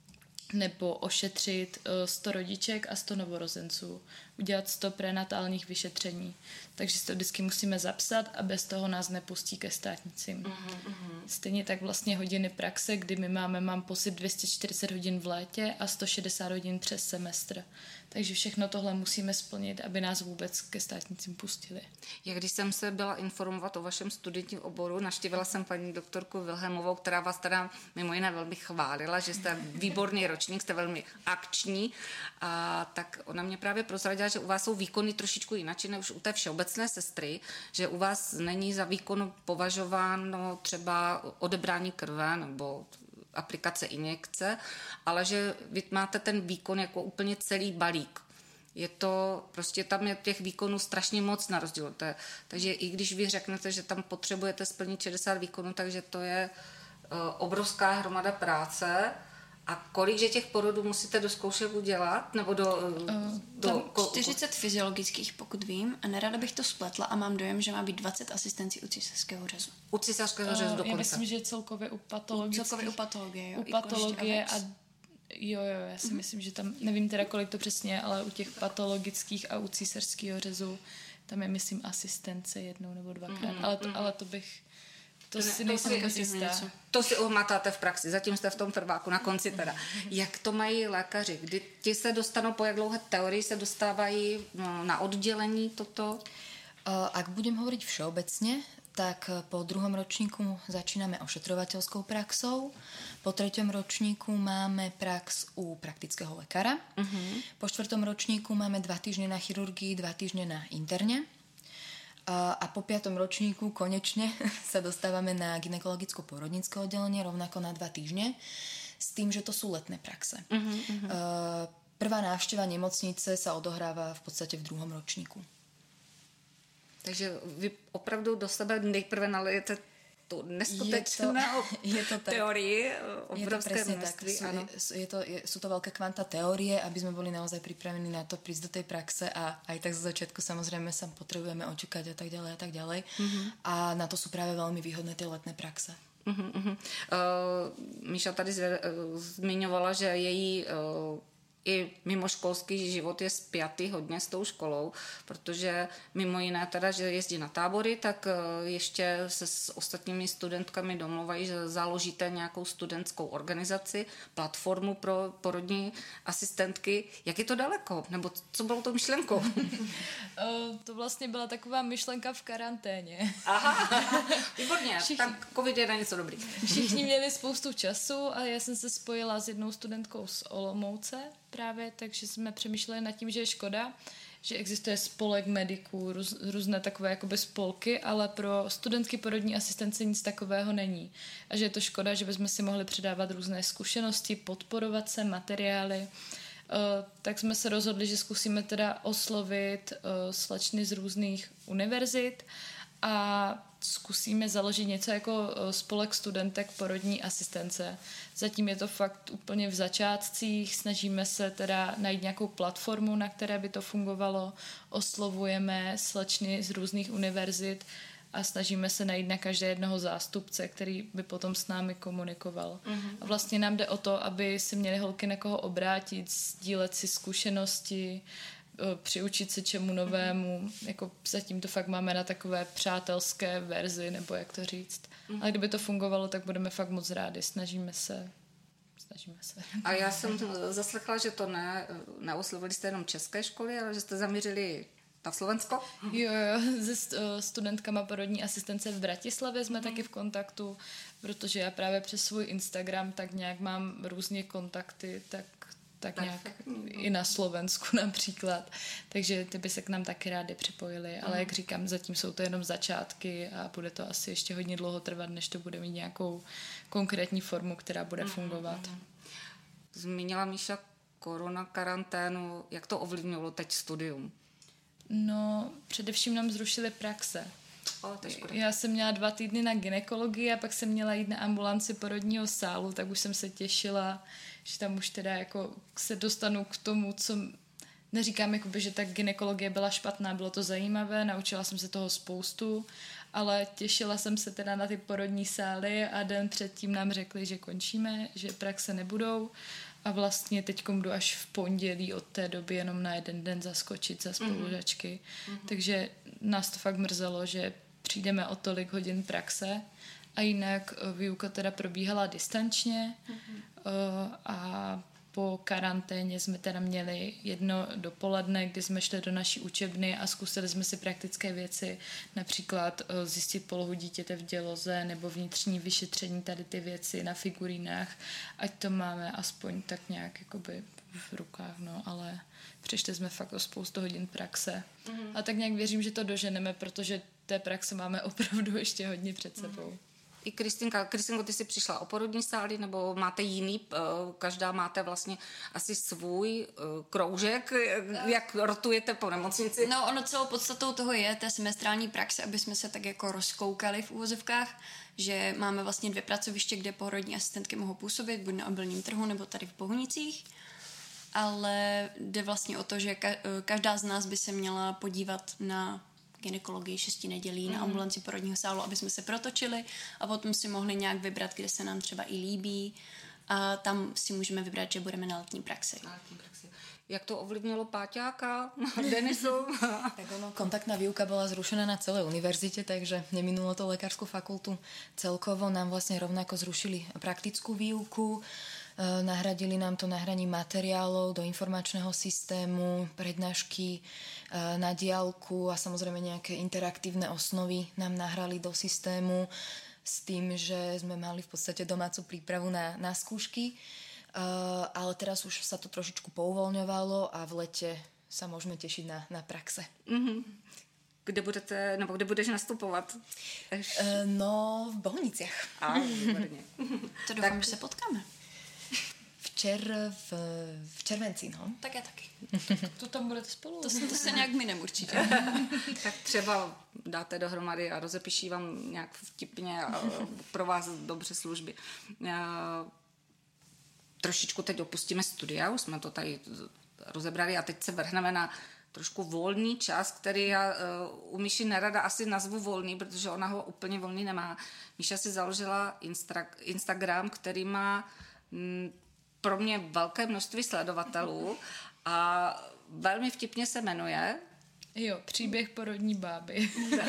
nebo ošetřit uh, sto rodiček a sto novorozenců, udělat sto prenatálních vyšetření. Takže si to vždycky musíme zapsat a bez toho nás nepustí ke státnicím. Uh-huh, uh-huh. Stejně tak vlastně hodiny praxe, kdy my máme, mám pocit, dvě stě čtyřicet hodin v létě a sto šedesát hodin přes semestr. Takže všechno tohle musíme splnit, aby nás vůbec ke státnicím pustili. Já když jsem se byla informovat o vašem studijním oboru, navštívila jsem paní doktorku Vilhelmovou, která vás teda mimo jiné velmi chválila, že jste výborný ročník, jste velmi akční, a tak ona mě právě prozradila, že u vás jsou výkony trošičku jinak, než u té všeobecné sestry, že u vás není za výkon považováno třeba odebrání krve nebo aplikace injekce, ale že vy máte ten výkon jako úplně celý balík. Je to, prostě tam je těch výkonů strašně moc na rozdíl. To je, takže i když vy řeknete, že tam potřebujete splnit šedesát výkonů, takže to je uh, obrovská hromada práce. A kolik že těch porodů musíte do zkoušek udělat? Nebo do... Uh, do tam čtyřicet fyziologických, pokud vím, a nerada bych to spletla a mám dojem, že má být dvacet asistencí u císařského řezu. U císařského řezu uh, dokonce. Já myslím, že celkově u patologických... Celkově u patologie, jo. U patologie a... Jo, jo, já si uh-huh. myslím, že tam, nevím teda, kolik to přesně je, ale u těch patologických a u císařského řezu tam je, myslím, asistence jednou nebo dvakrát, uh-huh. ale, to, ale to bych... To, to si nejsem jako jistá. To si ohmatáte v praxi, zatím jste v tom prváku na konci teda. Jak to mají lékaři? Kdy ti se dostanou, po jak dlouhé teorii se dostávají na oddělení toto? Ak budem hovoriť všeobecne, tak po druhom ročníku začíname ošetrovateľskou praxou, po treťom ročníku máme prax u praktického lekára, uh-huh. po štvrtom ročníku máme dva týždne na chirurgii, dva týždne na interne. A po piatom ročníku konečne sa dostávame na gynekologicko-pôrodnícke oddelenie rovnako na dva týždne s tým, že to sú letné praxe. Uh-huh, uh-huh. Prvá návšteva nemocnice sa odohráva v podstate v druhom ročníku. Takže vy opravdu do sebe nejprve nalijete tu neskutečnou je to, je to teórii obrovské množství. Sú, je to, je, sú to veľké kvanta teórie, aby sme boli naozaj pripravení na to prísť do tej praxe a aj tak zo začiatku samozrejme sa potrebujeme očakať a tak ďalej a tak ďalej. Mm-hmm. A na to sú práve veľmi výhodné tie letné praxe. Uh-huh, uh-huh. Uh, Míša tady zve, uh, zmiňovala, že její uh, i mimoškolský život je spjatý hodně s tou školou, protože mimo jiné teda, že jezdí na tábory, tak ještě se s ostatními studentkami domluvají, že založíte nějakou studentskou organizaci, platformu pro porodní asistentky. Jak je to daleko? Nebo co bylo tou myšlenkou? To vlastně byla taková myšlenka v karanténě. Aha, výborně, všichni, tak covid je na něco dobrý. Všichni měli spoustu času a já jsem se spojila s jednou studentkou z Olomouce právě, takže jsme přemýšleli nad tím, že je škoda, že existuje spolek mediků, růz, různé takové jakoby spolky, ale pro studentky porodní asistence nic takového není. A že je to škoda, že bychom si mohli předávat různé zkušenosti, podporovat se, materiály. Uh, tak jsme se rozhodli, že zkusíme teda oslovit uh, slečny z různých univerzit a zkusíme založit něco jako spolek studentek porodní asistence. Zatím je to fakt úplně v začátcích, snažíme se teda najít nějakou platformu, na které by to fungovalo, oslovujeme slečny z různých univerzit a snažíme se najít na každé jednoho zástupce, který by potom s námi komunikoval. Mm-hmm. A vlastně nám jde o to, aby si měli holky na koho obrátit, sdílet si zkušenosti, přiučit se čemu novému, jako zatím to fakt máme na takové přátelské verzi, nebo jak to říct. Mm. Ale kdyby to fungovalo, tak budeme fakt moc rádi, snažíme se. Snažíme se. A já jsem zaslechla, že to ne, neoslovili jste jenom české školy, ale že jste zaměřili na Slovensko? Jo, jo, se studentkama porodní asistence v Bratislavě jsme mm. taky v kontaktu, protože já právě přes svůj Instagram tak nějak mám různě kontakty, tak tak Perfektní, nějak no. i na Slovensku například. Takže ty by se k nám taky rádi připojili. Ale jak říkám, zatím jsou to jenom začátky a bude to asi ještě hodně dlouho trvat, než to bude mít nějakou konkrétní formu, která bude fungovat. Zmínila Míša korona karanténu. Jak to ovlivnilo teď studium? No, především nám zrušili praxe. O, to je škoda. Já jsem měla dva týdny na gynekologii a pak jsem měla jít na ambulanci porodního sálu, tak už jsem se těšila, že tam už teda jako se dostanu k tomu, co... Neříkám, jakoby, že ta gynekologie byla špatná, bylo to zajímavé, naučila jsem se toho spoustu, ale těšila jsem se teda na ty porodní sály a den předtím nám řekli, že končíme, že praxe nebudou a vlastně teď jdu až v pondělí od té doby jenom na jeden den zaskočit za spolužačky. Mm-hmm. Takže nás to fakt mrzelo, že přijdeme o tolik hodin praxe a jinak výuka teda probíhala distančně mm-hmm. a po karanténě jsme teda měli jedno dopoledne, kdy jsme šli do naší učebny a zkusili jsme si praktické věci, například zjistit polohu dítěte v děloze nebo vnitřní vyšetření, tady ty věci na figurínách, ať to máme aspoň tak nějak jakoby v rukách, no, ale přišli jsme fakt o spoustu hodin praxe. Mm-hmm. A tak nějak věřím, že to doženeme, protože té praxe máme opravdu ještě hodně před sebou. Mm-hmm. I Kristýnka, Kristýnko, ty jsi přišla o porodní sály, nebo máte jiný, každá máte vlastně asi svůj kroužek, jak rotujete po nemocnici? No, ono celou podstatou toho je té semestrální praxe, aby jsme se tak jako rozkoukali v úvozovkách, že máme vlastně dvě pracoviště, kde porodní asistentky mohou působit, buď na obilním trhu, nebo tady v Bohunicích. Ale jde vlastně o to, že každá z nás by se měla podívat na gynekologii šesti nedělí mm. na ambulanci porodního sálu, aby jsme se protočili a potom si mohli nějak vybrat, kde se nám třeba i líbí a tam si můžeme vybrat, že budeme na letní praxi. Na letní praxi. Jak to ovlivnilo Páťáka, Denisu? Tak ono, kontaktná výuka bola zrušená na celej univerzite, takže neminulo to lekárskú fakultu celkovo. Nám vlastne rovnako zrušili praktickú výuku, e, nahradili nám to nahraním materiálov do informačného systému, prednášky e, na diaľku a samozrejme nejaké interaktívne osnovy nám nahrali do systému s tým, že sme mali v podstate domácu prípravu na, na skúšky. Uh, ale teraz už sa to trošičku pouvoľňovalo a v lete sa môžeme tešiť na, na praxe. Mm-hmm. Kde budete, nebo kde budeš nastupovat? Uh, no, v Bohuniciach. A, výborně. To doufám, tak... že se potkáme. Včer v, v červenci, no. Tak já taky. To tam budete spolu? To, to se nějak minem určitě. Tak třeba dáte dohromady a rozepíší vám nějak vtipně a pro vás dobře služby. Uh, Trošičku teď opustíme studia, už jsme to tady rozebrali a teď se vrhneme na trošku volný čas, který já uh, u Míši nerada asi nazvu volný, protože ona ho úplně volný nemá. Míša si založila Instra- Instagram, který má m, pro mě velké množství sledovatelů a velmi vtipně se jmenuje. Jo, příběh porodní báby.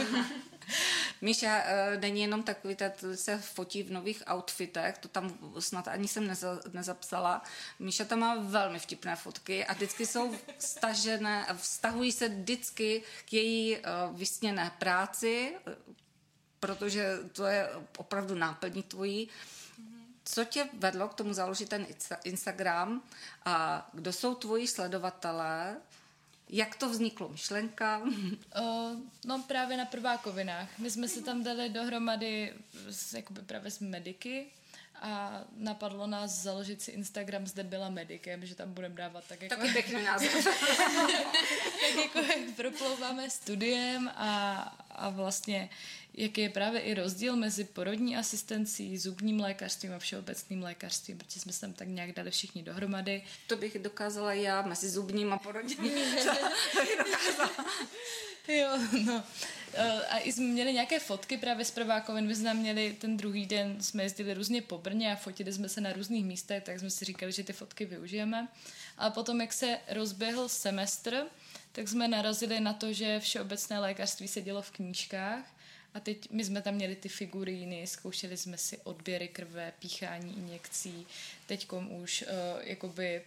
Míša uh, není jenom takový, že se fotí v nových outfitech, to tam snad ani jsem neza, nezapsala. Míša tam má velmi vtipné fotky a vždycky jsou stažené, vztahují se vždycky k její uh, vysněné práci, protože to je opravdu náplní tvojí. Co tě vedlo k tomu založit ten Instagram a kdo jsou tvoji sledovatelé? Jak to vzniklo? Myšlenka? Uh, no právě na prvákovinách. My jsme se tam dali dohromady s, jakoby právě s mediky a napadlo nás založit si Instagram s Debila medikem, že tam budeme dávat tak jako... Taky pěkný název. tak jako jak proplouváme studiem a, a vlastně jaký je právě i rozdíl mezi porodní asistencí, zubním lékařstvím a všeobecným lékařstvím, protože jsme se tam tak nějak dali všichni dohromady. To bych dokázala já mezi zubním a porodním. To bych dokázala. Jo, no. A i jsme měli nějaké fotky právě z prvákovin, my jsme měli ten druhý den, jsme jezdili různě po Brně a fotili jsme se na různých místech, tak jsme si říkali, že ty fotky využijeme. A potom, jak se rozběhl semestr, tak jsme narazili na to, že všeobecné lékařství se dělo v knížkách a teď my jsme tam měli ty figuríny, zkoušeli jsme si odběry krve, píchání injekcí, teďkom už uh, jakoby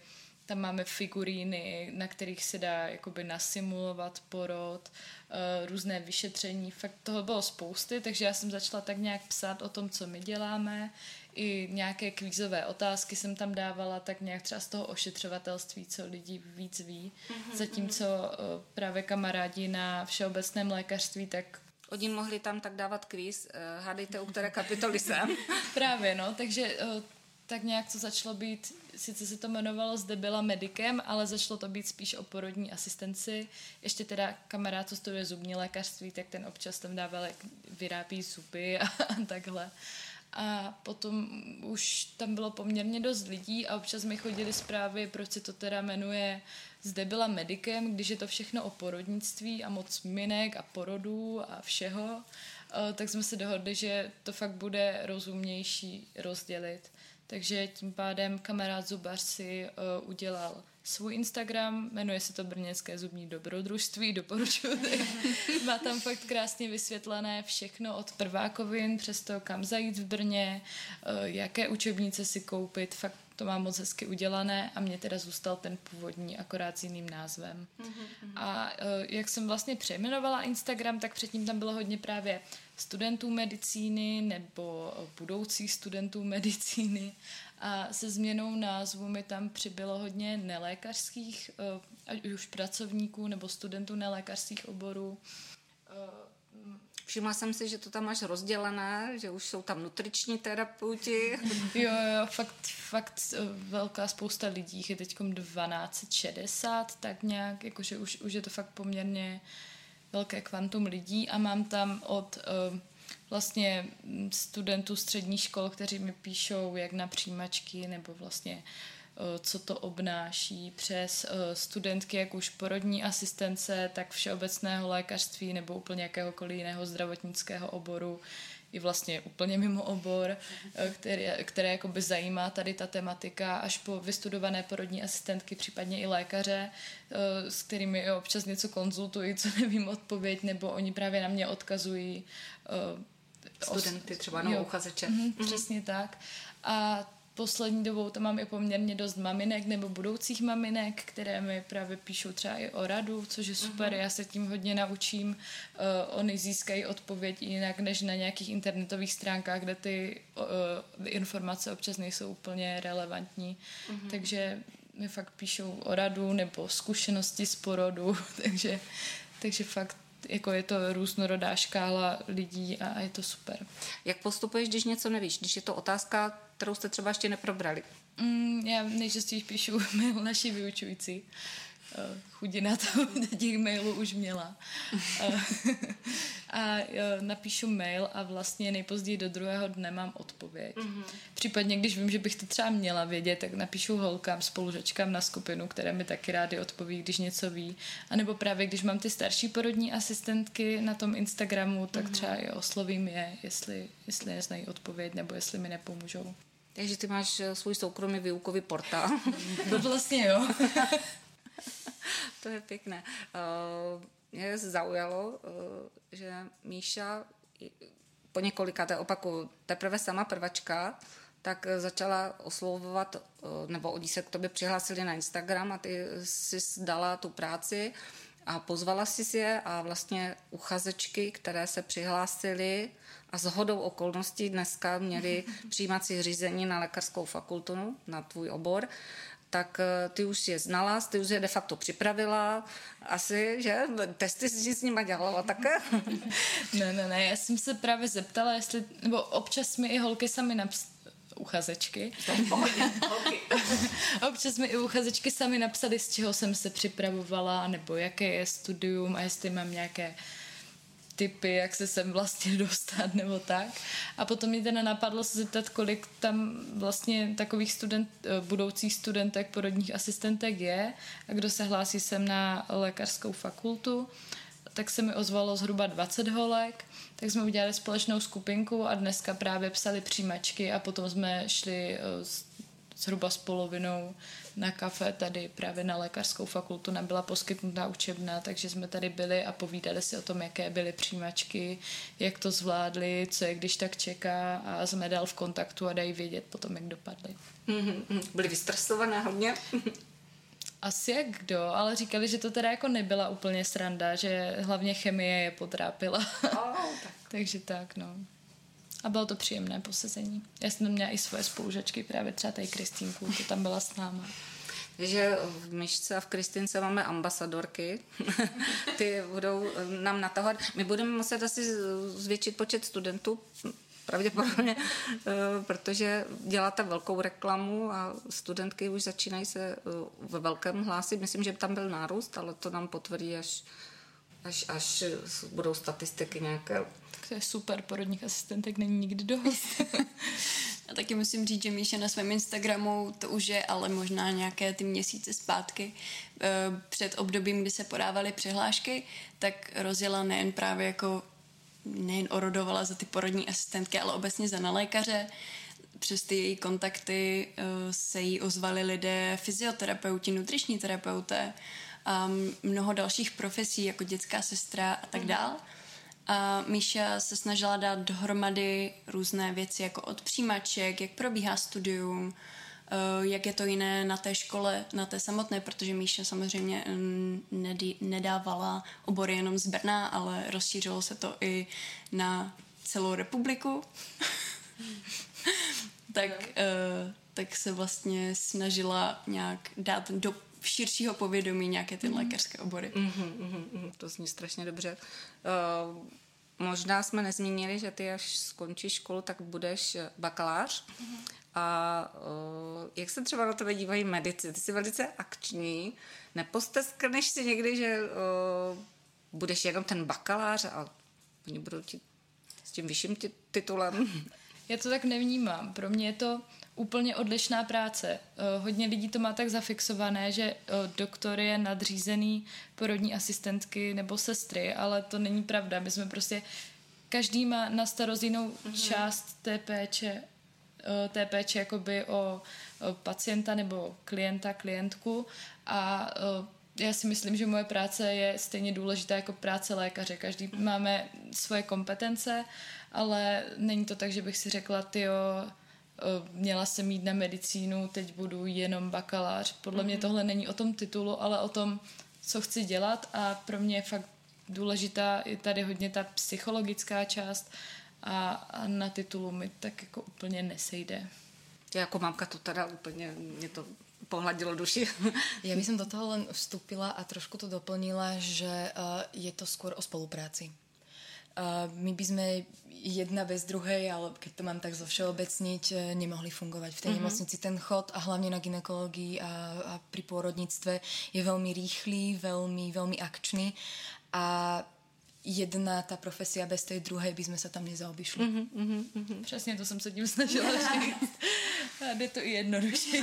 tam máme figuríny, na kterých se dá jakoby nasimulovat porod, různé vyšetření, fakt toho bylo spousty, takže já jsem začala tak nějak psát o tom, co my děláme, i nějaké kvízové otázky jsem tam dávala, tak nějak třeba z toho ošetřovatelství, co lidi víc ví, zatímco právě kamarádi na všeobecném lékařství, tak Oni mohli tam tak dávat kvíz, hádejte, u které kapitoly jsem. Právě, no, takže tak nějak to začalo být, sice se to jmenovalo Zde byla medikem, ale začalo to být spíš o porodní asistenci. Ještě teda kamarád, co studuje zubní lékařství, tak ten občas tam dával, jak vyrábí zuby a, a takhle. A potom už tam bylo poměrně dost lidí a občas mi chodili zprávy, proč se to teda jmenuje Zde byla medikem, když je to všechno o porodnictví a moc minek a porodů a všeho, tak jsme se dohodli, že to fakt bude rozumnější rozdělit. Takže tím pádem kamarád zubař si uh, udělal svůj Instagram, jmenuje se to Brněnské zubní dobrodružství, doporučuji. Má tam fakt krásně vysvětlené všechno od prvákovin přes to, kam zajít v Brně, uh, jaké učebnice si koupit, fakt to má moc hezky udělané a mně teda zůstal ten původní, akorát s jiným názvem. Mm-hmm. A uh, jak jsem vlastně přejmenovala Instagram, tak předtím tam bylo hodně právě studentů medicíny nebo budoucích studentů medicíny a se změnou názvu mi tam přibylo hodně nelékařských, ať už pracovníků nebo studentů nelékařských oborů. Všimla jsem si, že to tam máš rozdělené, že už jsou tam nutriční terapeuti. Jo, jo, fakt, fakt velká spousta lidí, je teď dvanáct set šedesát, tak nějak, jakože už, už je to fakt poměrně velké kvantum lidí a mám tam od uh, vlastně studentů středních škol, kteří mi píšou jak na přijímačky nebo vlastně uh, co to obnáší, přes uh, studentky jak už porodní asistence, tak všeobecného lékařství nebo úplně jakéhokoliv jiného zdravotnického oboru, i vlastně úplně mimo obor, které, které jakoby zajímá tady ta tematika, až po vystudované porodní asistentky, případně i lékaře, s kterými občas něco konzultují, co nevím odpověď, nebo oni právě na mě odkazují. Studenty třeba, no, uchazeče. Mm, přesně tak. A poslední dobou tam mám i poměrně dost maminek nebo budoucích maminek, které mi právě píšou třeba i o radu, což je super, uh-huh. Já se tím hodně naučím. Uh, oni získají odpověď jinak než na nějakých internetových stránkách, kde ty uh, informace občas nejsou úplně relevantní. Uh-huh. Takže mi fakt píšou o radu nebo zkušenosti z porodu, takže, takže fakt jako je to různorodá škála lidí a je to super. Jak postupuješ, když něco nevíš? Když je to otázka, kterou jste třeba ještě neprobrali? Mm, já nejčastěji píšu mail naší vyučující. Chudina to těch mailů už měla. A napíšu mail a vlastně nejpozději do druhého dne mám odpověď. Mm-hmm. Případně, když vím, že bych to třeba měla vědět, tak napíšu holkám, spolužačkám na skupinu, které mi taky rády odpoví, když něco ví. A nebo právě, když mám ty starší porodní asistentky na tom Instagramu, tak třeba i oslovím je, jestli, jestli neznají odpověď nebo jestli mi nepomůžou. Takže ty máš svůj soukromý výukový portál. To vlastně jo. To je pěkné. Uh, mě zaujalo, uh, že Míša po několikáté, opakuju, teprve sama prvačka, tak začala oslovovat, uh, nebo oni se k tobě přihlásili na Instagram a ty jsi dala tu práci a pozvala jsi je a vlastně uchazečky, které se přihlásily a shodou okolností dneska měli přijímací řízení na lékařskou fakultu, na tvůj obor, tak ty už je znala, ty už je de facto připravila, asi, že? Testy si s nima dělala také? Ne, ne, ne, já jsem se právě zeptala, jestli, nebo občas mi i holky sami napsali, uchazečky. Občas mi i uchazečky sami napsali, z čeho jsem se připravovala, nebo jaké je studium a jestli mám nějaké tipy, jak se sem vlastně dostat, nebo tak. A potom mi teda napadlo se zeptat, kolik tam vlastně takových student, budoucích studentek, porodních asistentek je a kdo se hlásí sem na lékařskou fakultu. Tak se mi ozvalo zhruba dvacet holek, tak jsme udělali společnou skupinku a dneska právě psali přijímačky a potom jsme šli zhruba s polovinou na kafe tady právě na lékařskou fakultu. Nám byla poskytnutá učebna, takže jsme tady byli a povídali si o tom, jaké byly přijímačky, jak to zvládli, co je když tak čeká a jsme dál v kontaktu a dají vědět potom, jak dopadly. Byly vystresované hodně? Asi jak kdo, ale říkali, že to teda jako nebyla úplně sranda, že hlavně chemie je potrápila. Oh, tak. Takže tak, no. A bylo to příjemné posezení. Já jsem tam měla i svoje spolužačky, právě třeba tady Kristýnku, to tam byla s náma. že v Myšce a v Kristýnce máme ambasadorky. Ty budou nám natahovat. My budeme muset asi zvětšit počet studentů, pravděpodobně, protože děláte velkou reklamu a studentky už začínají se ve velkém hlásit. Myslím, že tam byl nárůst, ale to nám potvrdí, až, až, až budou statistiky nějaké. Tak to je super, porodních asistentek není nikdy dost. A taky musím říct, že Míša na svém Instagramu, to už je ale možná nějaké ty měsíce zpátky, před obdobím, kdy se podávaly přihlášky, tak rozjela nejen právě jako nejen orodovala za ty porodní asistentky, ale obecně za na lékaře. Přes ty její kontakty se jí ozvali lidé, fyzioterapeuti, nutriční terapeuté a mnoho dalších profesí, jako dětská sestra a tak dál. A Míša se snažila dát dohromady různé věci, jako od přijímaček, jak probíhá studium, jak je to jiné na té škole, na té samotné, protože Míša samozřejmě nedávala obory jenom z Brna, ale rozšířilo se to i na celou republiku. tak, tak se vlastně snažila nějak dát do širšího povědomí nějaké ty mm. lékařské obory. Mm-hmm, mm-hmm, to zní strašně dobře. Uh, možná jsme nezmínili, že ty až skončíš školu, tak budeš bakalář. Mm-hmm. A uh, jak se třeba na tebe dívají medici? Ty jsi velice akční. Neposteskneš si někdy, že uh, budeš jenom ten bakalář a oni budou ti s tím vyšším ti- titulem? Já to tak nevnímám. Pro mě je to úplně odlišná práce. Uh, hodně lidí to má tak zafixované, že uh, doktor je nadřízený porodní asistentky nebo sestry, ale to není pravda. My jsme prostě, každý má na starost jinou mm-hmm. část té péče, uh, té péče jakoby o, o pacienta nebo klienta, klientku a uh, já si myslím, že moje práce je stejně důležitá jako práce lékaře. Každý máme svoje kompetence, ale není to tak, že bych si řekla, tyjo, měla jsem jít na medicínu, teď budu jenom bakalář. Podle mm-hmm. mě tohle není o tom titulu, ale o tom, co chci dělat a pro mě je fakt důležitá i tady hodně ta psychologická část a, a na titulu mi tak jako úplně nesejde. Já jako mamka to teda úplně, mě to pohľadilo duši. Ja by som do toho len vstúpila a trošku to doplnila, že uh, je to skôr o spolupráci. Uh, my by sme jedna bez druhej, ale keď to mám tak zovšeobecniť, nemohli fungovať v tej mm-hmm. nemocnici. Ten chod a hlavne na gynekológii a, a pri pôrodníctve je veľmi rýchly, veľmi, veľmi akčný a jedna ta profesia bez tej druhej by sme sa tam nezaobišli. Mm-hmm, mm-hmm. Přesně to jsem se tím snažila říct. A jde to i jednoduše.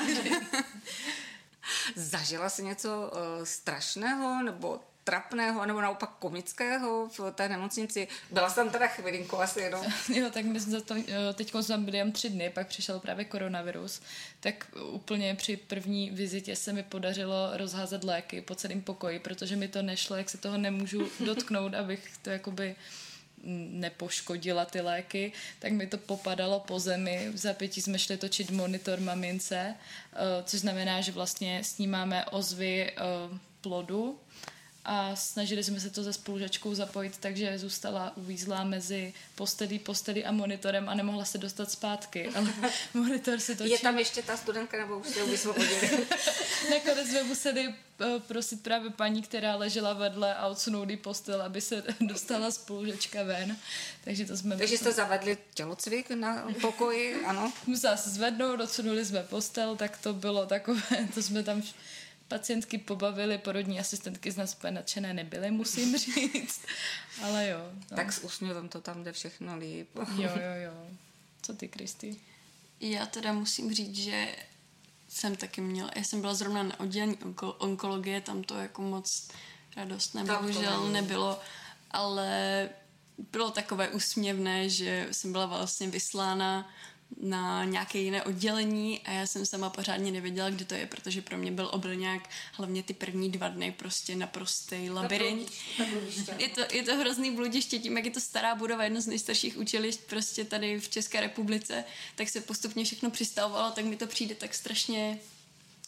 Zažila jsi něco uh, strašného nebo trapného, nebo naopak komického v té nemocnici? Byla jsem teda chvilinku asi jenom. Jo, tak my jsme to, teď jsme byli jen tři dny, pak přišel právě koronavirus, tak úplně při první vizitě se mi podařilo rozházet léky po celém pokoji, protože mi to nešlo, jak se toho nemůžu dotknout, abych to jakoby nepoškodila ty léky, tak mi to popadalo po zemi. V zápětí jsme šli točit monitor mamince, což znamená, že vlastně snímáme ozvy plodu a snažili jsme se to se spolužačkou zapojit, takže zůstala uvízlá mezi postelí, postelí a monitorem a nemohla se dostat zpátky, ale monitor se točil. Je tam ještě ta studentka, nebo už se vysvobodili? Nakonec jsme museli prosit právě paní, která ležela vedle a odsunout jí postel, aby se dostala spolužačka ven. Takže to jsme... Takže jste zavedli tělocvik na pokoji, ano? Musela se zvednout, odsunuli jsme postel, tak to bylo takové, to jsme tam... Pacientky pobavily, porodní asistentky z nás úplně nadšené nebyly, musím říct. Ale jo. No. Tak s úsměvem to tam jde všechno líp. Jo, jo, jo. Co ty, Kristý? Já teda musím říct, že jsem taky měla, já jsem byla zrovna na oddělení onko- onkologie, tam to jako moc radostné bohužel nebylo, ale bylo takové úsměvné, že jsem byla vlastně vyslána na nějaké jiné oddělení a já jsem sama pořádně nevěděla, kde to je, protože pro mě byl Obrňák hlavně ty první dva dny prostě naprostý labirint. Je to, je to hrozný bludiště, tím, jak je to stará budova, jedno z nejstarších učilišť prostě tady v České republice, tak se postupně všechno přistavovalo, tak mi to přijde tak strašně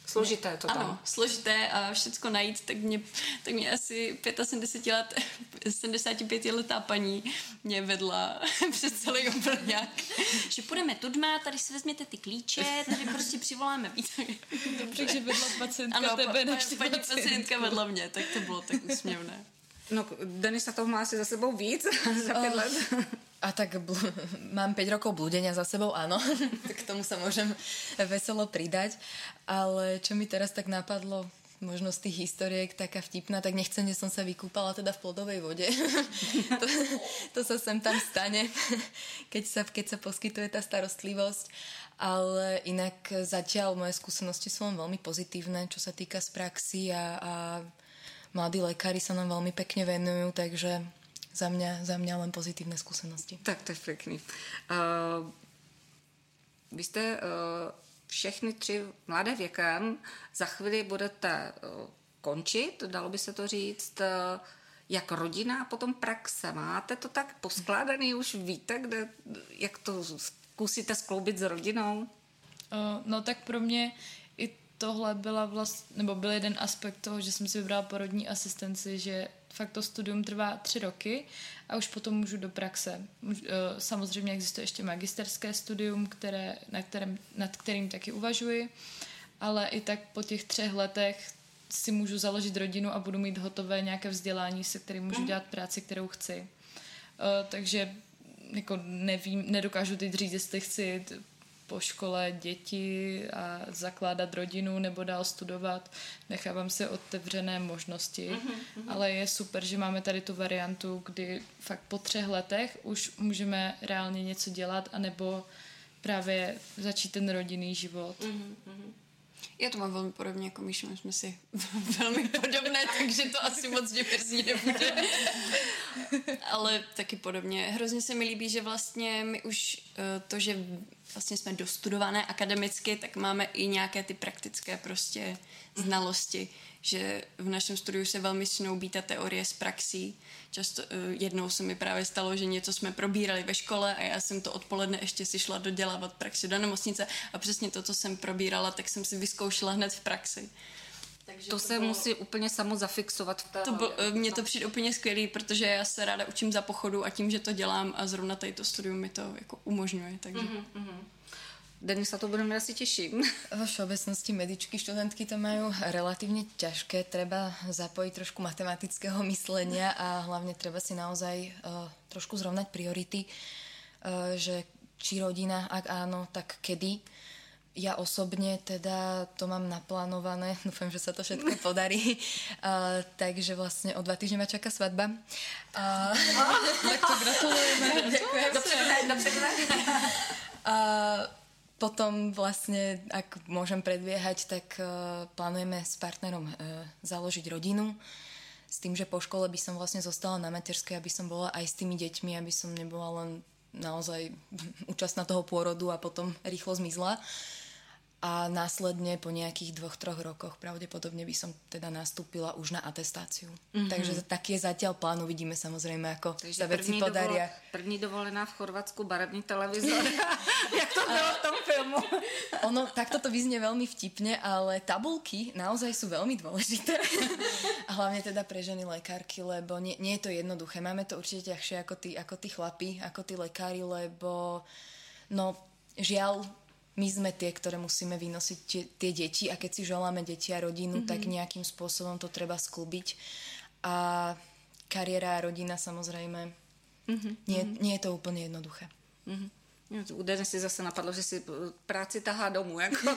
Složité to tam. Ano, složité a všecko najít, tak mě, tak mě asi sedmdesát let, sedmdesátipětiletá paní mě vedla přes celý Obrňák, že půjdeme tudma, tady si vezměte ty klíče, tady prostě přivoláme víc. Takže vedla pacientka ano, tebe, pa, než ty paní pacientku. pacientka vedla mě, tak to bylo tak úsměvné. No, Denisa toho má asi za sebou víc, za pět Oh. let. A tak bl- mám päť rokov blúdenia za sebou, áno. Tak k tomu sa môžem veselo pridať. Ale čo mi teraz tak napadlo, možno z tých historiek taká vtipná, tak nechcem, že som sa vykúpala teda v plodovej vode. to, to sa sem tam stane, keď sa, keď sa poskytuje tá starostlivosť. Ale inak zatiaľ moje skúsenosti sú len veľmi pozitívne, čo sa týka z praxi a, a mladí lekári sa nám veľmi pekne venujú, takže za mňa, za mňa len pozitívne skúsenosti. Tak to je pěkný. Uh, vy jste uh, všechny tři mladé věkem, za chvíli budete uh, končit, dalo by se to říct, uh, jak rodina a potom praxe. Máte to tak poskládaný, už víte, kde, jak to zkusíte skloubit s rodinou? Uh, no tak pro mě i tohle byla vlast, nebo byl jeden aspekt toho, že jsem si vybrala porodní asistenci, že fakt to studium trvá tři roky a už potom můžu do praxe. Samozřejmě existuje ještě magisterské studium, které, na kterém, nad kterým taky uvažuji, ale i tak po těch třech letech si můžu založit rodinu a budu mít hotové nějaké vzdělání, se kterým můžu dělat práci, kterou chci. Takže jako nevím, nedokážu teď říct, jestli chci po škole děti a zakládat rodinu nebo dál studovat. Nechávám si otevřené možnosti, mm-hmm. ale je super, že máme tady tu variantu, kdy fakt po třech letech už můžeme reálně něco dělat anebo právě začít ten rodinný život. Mm-hmm. Já to mám velmi podobně jako Míša, my jsme si velmi podobné, takže to asi moc diverzní nebude. Ale taky podobně. Hrozně se mi líbí, že vlastně my už to, že vlastně jsme dostudované akademicky, tak máme i nějaké ty praktické prostě znalosti, že v našem studiu se velmi snoubí ta teorie s praxí. Často jednou se mi právě stalo, že něco jsme probírali ve škole a já jsem to odpoledne ještě si šla dodělávat praxi do nemocnice a přesně to, co jsem probírala, tak jsem si vyzkoušela hned v praxi. Takže to, to se bylo, musí úplně samo zafixovat v té to bylo, mně to přijde úplně skvělý, protože já se ráda učím za pochodu a tím, že to dělám a zrovna tady to studium mi to jako umožňuje. Takže. Mm-hmm. Denisa, to budeme asi teším. Vo všeobecnosti medičky, študentky to majú relatívne ťažké. Treba zapojiť trošku matematického myslenia a hlavne treba si naozaj uh, trošku zrovnať priority, uh, že či rodina, ak áno, tak kedy. Ja osobne teda to mám naplánované, dúfam, že sa to všetko podarí, uh, takže vlastne o dva týždne ma čaká svadba. Uh, oh, tak to gratulujeme. Ďakujem. Dobře, Potom vlastne, ak môžem predbiehať, tak uh, plánujeme s partnerom uh, založiť rodinu s tým, že po škole by som vlastne zostala na materskej, aby som bola aj s tými deťmi, aby som nebola len naozaj účastná toho pôrodu a potom rýchlo zmizla. A následne po nejakých dvoch, troch rokoch pravdepodobne by som teda nastúpila už na atestáciu. Mm-hmm. Takže taký je zatiaľ plán, uvidíme samozrejme, ako Takže sa veci podaria. Dovol, první dovolená v Chorvatsku, barevný televizor. Jak to bylo v tom filmu? Ono, takto to vyznie veľmi vtipne, ale tabulky naozaj sú veľmi dôležité. A hlavne teda pre ženy lekárky, lebo nie, nie je to jednoduché. Máme to určite ťažšie ako tí, ako tí chlapi, ako tí lekári, lebo no, žiaľ, my sme tie, ktoré musíme vynosiť tie, tie deti a keď si želáme deti a rodinu, mm-hmm. tak nejakým spôsobom to treba sklbiť. A kariéra a rodina samozrejme mm-hmm. nie, nie je to úplne jednoduché. Mm-hmm. U Denisy zase napadlo, že si práci tahá domů. Jako.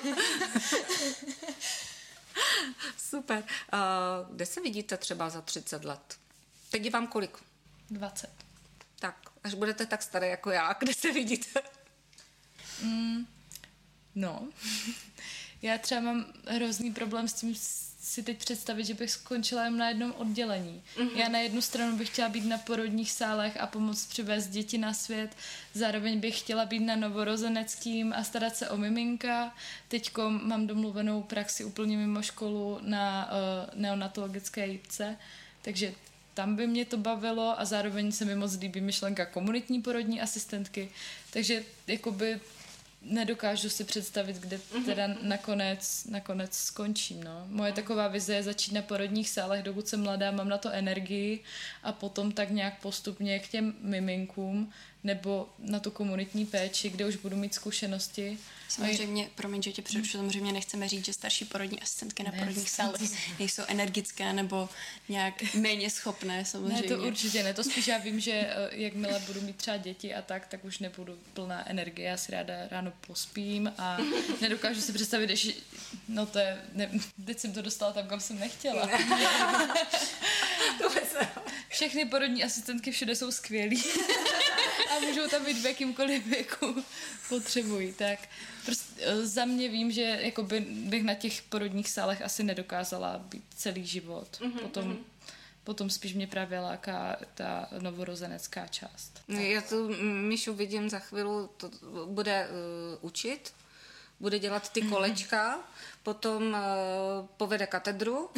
Super. Uh, kde se vidíte třeba za třicet let? Teď je vám kolik? dvacet. Tak, až budete tak staré jako já, kde se vidíte? Mm. No, já třeba mám hrozný problém s tím si teď představit, že bych skončila jen na jednom oddělení. Mm-hmm. Já na jednu stranu bych chtěla být na porodních sálech a pomoct přivést děti na svět, zároveň bych chtěla být na novorozeneckým a starat se o miminka. Teďko mám domluvenou praxi úplně mimo školu na uh, neonatologické jipce, takže tam by mě to bavilo a zároveň se mi moc líbí myšlenka komunitní porodní asistentky, takže jakoby nedokážu si představit, kde teda nakonec, nakonec skončím. No. Moje taková vize je začít na porodních sálech, dokud jsem mladá, mám na to energii a potom tak nějak postupně k těm miminkům nebo na tu komunitní péči, kde už budu mít zkušenosti. Samozřejmě, promiň, že tě přerušu, samozřejmě nechceme říct, že starší porodní asistentky na porodních sálech nejsou energické nebo nějak méně schopné, samozřejmě. Ne, to určitě ne, to spíš já vím, že jakmile budu mít třeba děti a tak, tak už nebudu plná energie, já si ráda ráno pospím a nedokážu si představit, že no to je, ne, teď jsem to dostala tam, kam jsem nechtěla. Všechny porodní asistentky všude jsou skvělí. A můžou tam být v jakýmkoliv věku potřebují, tak prostě za mě vím, že jakoby bych na těch porodních sálech asi nedokázala být celý život. Mm-hmm, potom, mm-hmm. potom spíš mě právě láká ta novorozenecká část. Já tu Míšu vidím za chvíli, to bude uh, učit, bude dělat ty kolečka, mm-hmm. potom uh, povede katedru,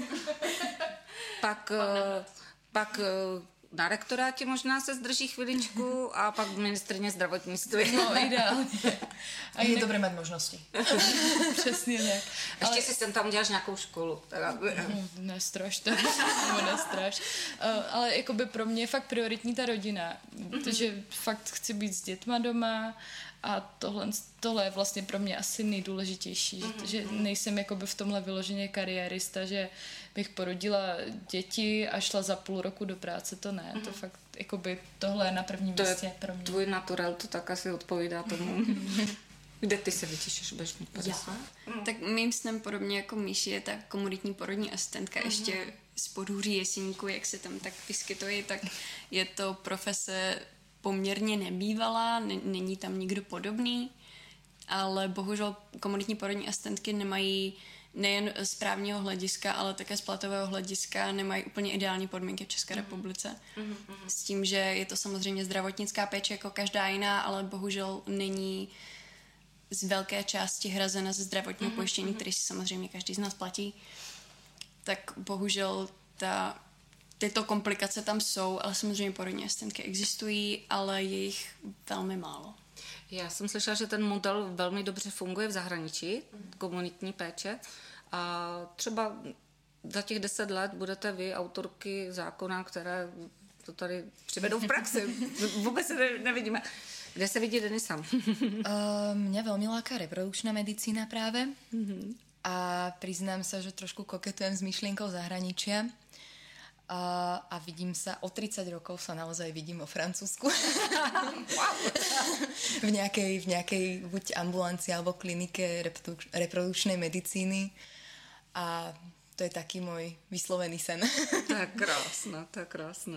pak, uh, pak uh, na rektorátě možná se zdrží chviličku a pak ministryně zdravotnictví. No, ideálně. A je dobré mít možnosti. Přesně tak. Ještě ale... si sem tam děláš nějakou školu. Teda... No, nestraš to. No, nestraš. Uh, ale jakoby pro mě je fakt prioritní ta rodina. Takže fakt chci být s dětma doma a tohle, tohle je vlastně pro mě asi nejdůležitější, mm-hmm. že nejsem jakoby v tomhle vyloženě kariérista, že bych porodila děti a šla za půl roku do práce, to ne, mm-hmm. to fakt jakoby tohle je na prvním to místě pro mě. Tvůj naturel to tak asi odpovídá tomu. Kde ty se vytíšeš, budeš mít padesát? Mm. Tak mým snem podobně jako Míši je ta komunitní porodní asistentka mm-hmm. ještě z Podhůří Jeseníku, jak se tam tak vyskytuje, tak je to profese poměrně nebývalá, není tam nikdo podobný, ale bohužel komunitní porodní asistentky nemají nejen z právního hlediska, ale také z platového hlediska nemají úplně ideální podmínky v České republice. Mm-hmm. S tím, že je to samozřejmě zdravotnická péče jako každá jiná, ale bohužel není z velké části hrazena ze zdravotního mm-hmm. pojištění, který si samozřejmě každý z nás platí. Tak bohužel ta tyto komplikace tam jsou, ale samozřejmě porodní asistentky existují, ale je jich velmi málo. Já jsem slyšela, že ten model velmi dobře funguje v zahraničí, komunitní péče. A třeba za těch deset let budete vy autorky zákona, které to tady přivedou v praxi. Vůbec se ne, nevidíme. Kde se vidí Denisa? uh, mňa veľmi láka reprodukčná medicína práve. Mm-hmm. A priznám sa, že trošku koketujem s myšlienkou zahraničia. A, a vidím sa, o tridsať rokov sa naozaj vidím vo Francúzsku. v, nejakej, v nejakej buď ambulancii alebo klinike reproduč, reprodukčnej medicíny. A to je taký môj vyslovený sen. To je krásno, to je krásno.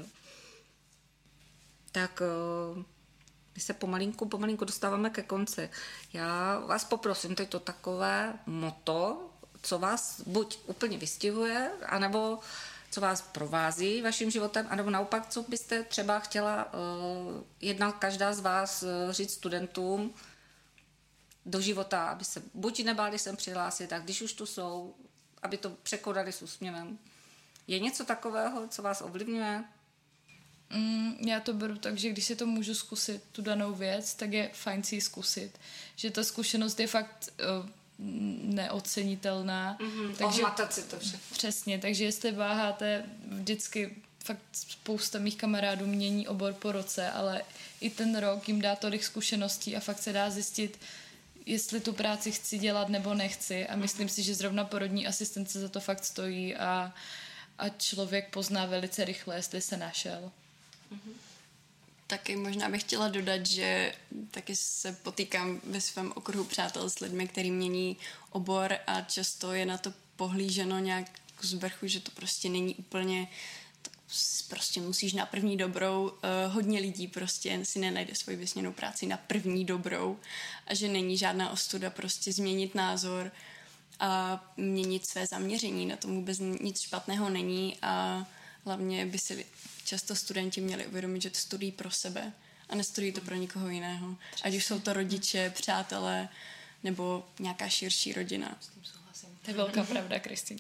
Tak my se pomalinku, pomalinku dostáváme ke konci. Já vás poprosím, teď to takové moto, co vás buď úplně vystihuje, anebo co vás provází vaším životem, anebo naopak, co byste třeba chtěla uh, jedna každá z vás uh, říct studentům do života, aby se buď nebáli sem přihlásit, a když už tu jsou, aby to překonali s úsměvem. Je něco takového, co vás ovlivňuje? Mm, já to beru tak, že když si to můžu zkusit, tu danou věc, tak je fajn si ji zkusit. Že ta zkušenost je fakt uh, neocenitelná. Mm-hmm, takže ohmatat si to všechno. Přesně, takže jestli váháte, vždycky fakt spousta mých kamarádů mění obor po roce, ale i ten rok jim dá tolik zkušeností a fakt se dá zjistit, jestli tu práci chci dělat nebo nechci, a myslím si, že zrovna porodní asistence za to fakt stojí a, a člověk pozná velice rychle, jestli se našel. Mm-hmm. Taky možná bych chtěla dodat, že taky se potýkám ve svém okruhu přátel s lidmi, který mění obor a často je na to pohlíženo nějak z vrchu, že to prostě není úplně, to prostě musíš na první dobrou, uh, hodně lidí prostě si nenajde svoji vysněnou práci na první dobrou a že není žádná ostuda prostě změnit názor a měnit své zaměření, na tom vůbec nic špatného není a hlavně by si často studenti měli uvědomit, že to studují pro sebe a nestudují to pro nikoho jiného. Ať už jsou to rodiče, přátelé nebo nějaká širší rodina. S tím souhlasím. To je velká pravda, Kristýn.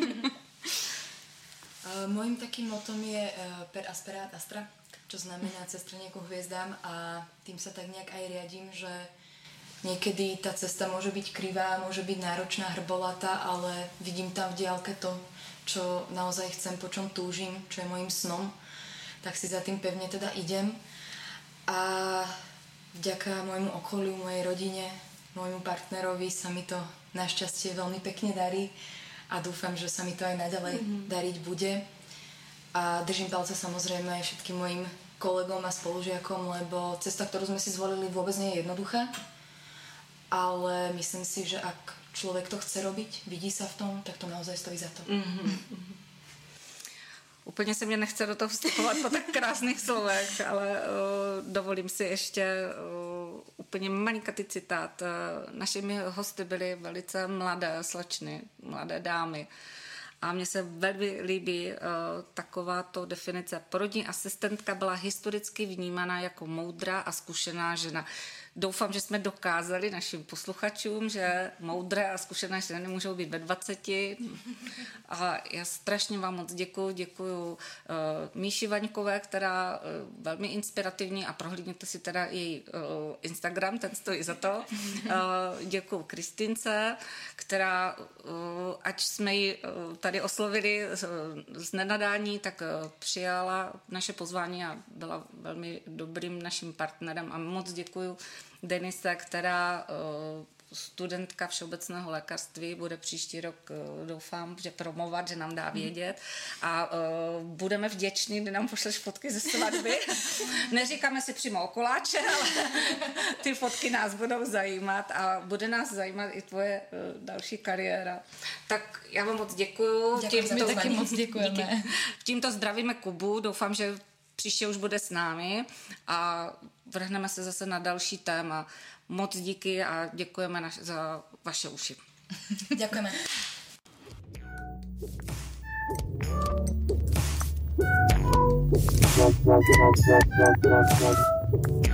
Mojím takým motom je uh, per aspera ad astra, čo znamená cez strane ku hviezdám, a tým sa tak nejak aj riadím, že Niekedy tá cesta môže byť krivá, môže byť náročná, hrbolatá, ale vidím tam v diaľke to, čo naozaj chcem, po čom túžim, čo je mojím snom, tak si za tým pevne teda idem. A vďaka môjmu okoliu, mojej rodine, môjmu partnerovi sa mi to našťastie veľmi pekne darí a dúfam, že sa mi to aj naďalej mm-hmm. dariť bude. A držím palce samozrejme aj všetkým mojim kolegom a spolužiakom, lebo cesta, ktorú sme si zvolili, vôbec nie je jednoduchá. Ale myslím si, že ak človek to chce robiť, vidí sa v tom, tak to naozaj stojí za to. Mm-hmm. Úplně se mě nechce do toho vstupovat po tak krásných slovech, ale uh, dovolím si ještě uh, úplně malinkatý citát. Uh, našimi hosty byly velice mladé slečny, mladé dámy. A mně se velmi líbí uh, takováto definice. Porodní asistentka byla historicky vnímána jako moudrá a zkušená žena. Doufám, že jsme dokázali našim posluchačům, že moudré a zkušené ženy můžou být ve dvaceti. A já strašně vám moc děkuju. Děkuju uh, Míši Vaňkové, která uh, velmi inspirativní a prohlídněte si teda její uh, Instagram, ten stojí za to. Uh, děkuju Kristýnce, která, uh, ať jsme ji uh, tady oslovili uh, z nenadání, tak uh, přijala naše pozvání a byla velmi dobrým naším partnerem a moc děkuju Denise, která uh, studentka všeobecného lékařství bude příští rok, uh, doufám, že promovat, že nám dá vědět a uh, budeme vděční, kdy nám pošleš fotky ze svatby. Neříkáme si přímo o koláče, ale ty fotky nás budou zajímat a bude nás zajímat i tvoje uh, další kariéra. Tak já vám moc děkuju. Děkujeme, my taky moc děkujeme. Tímto zdravíme Kubu, doufám, že příště už bude s námi a vrhneme se zase na další téma. Moc díky a děkujeme naš- za vaše uši. Děkujeme. Thank you.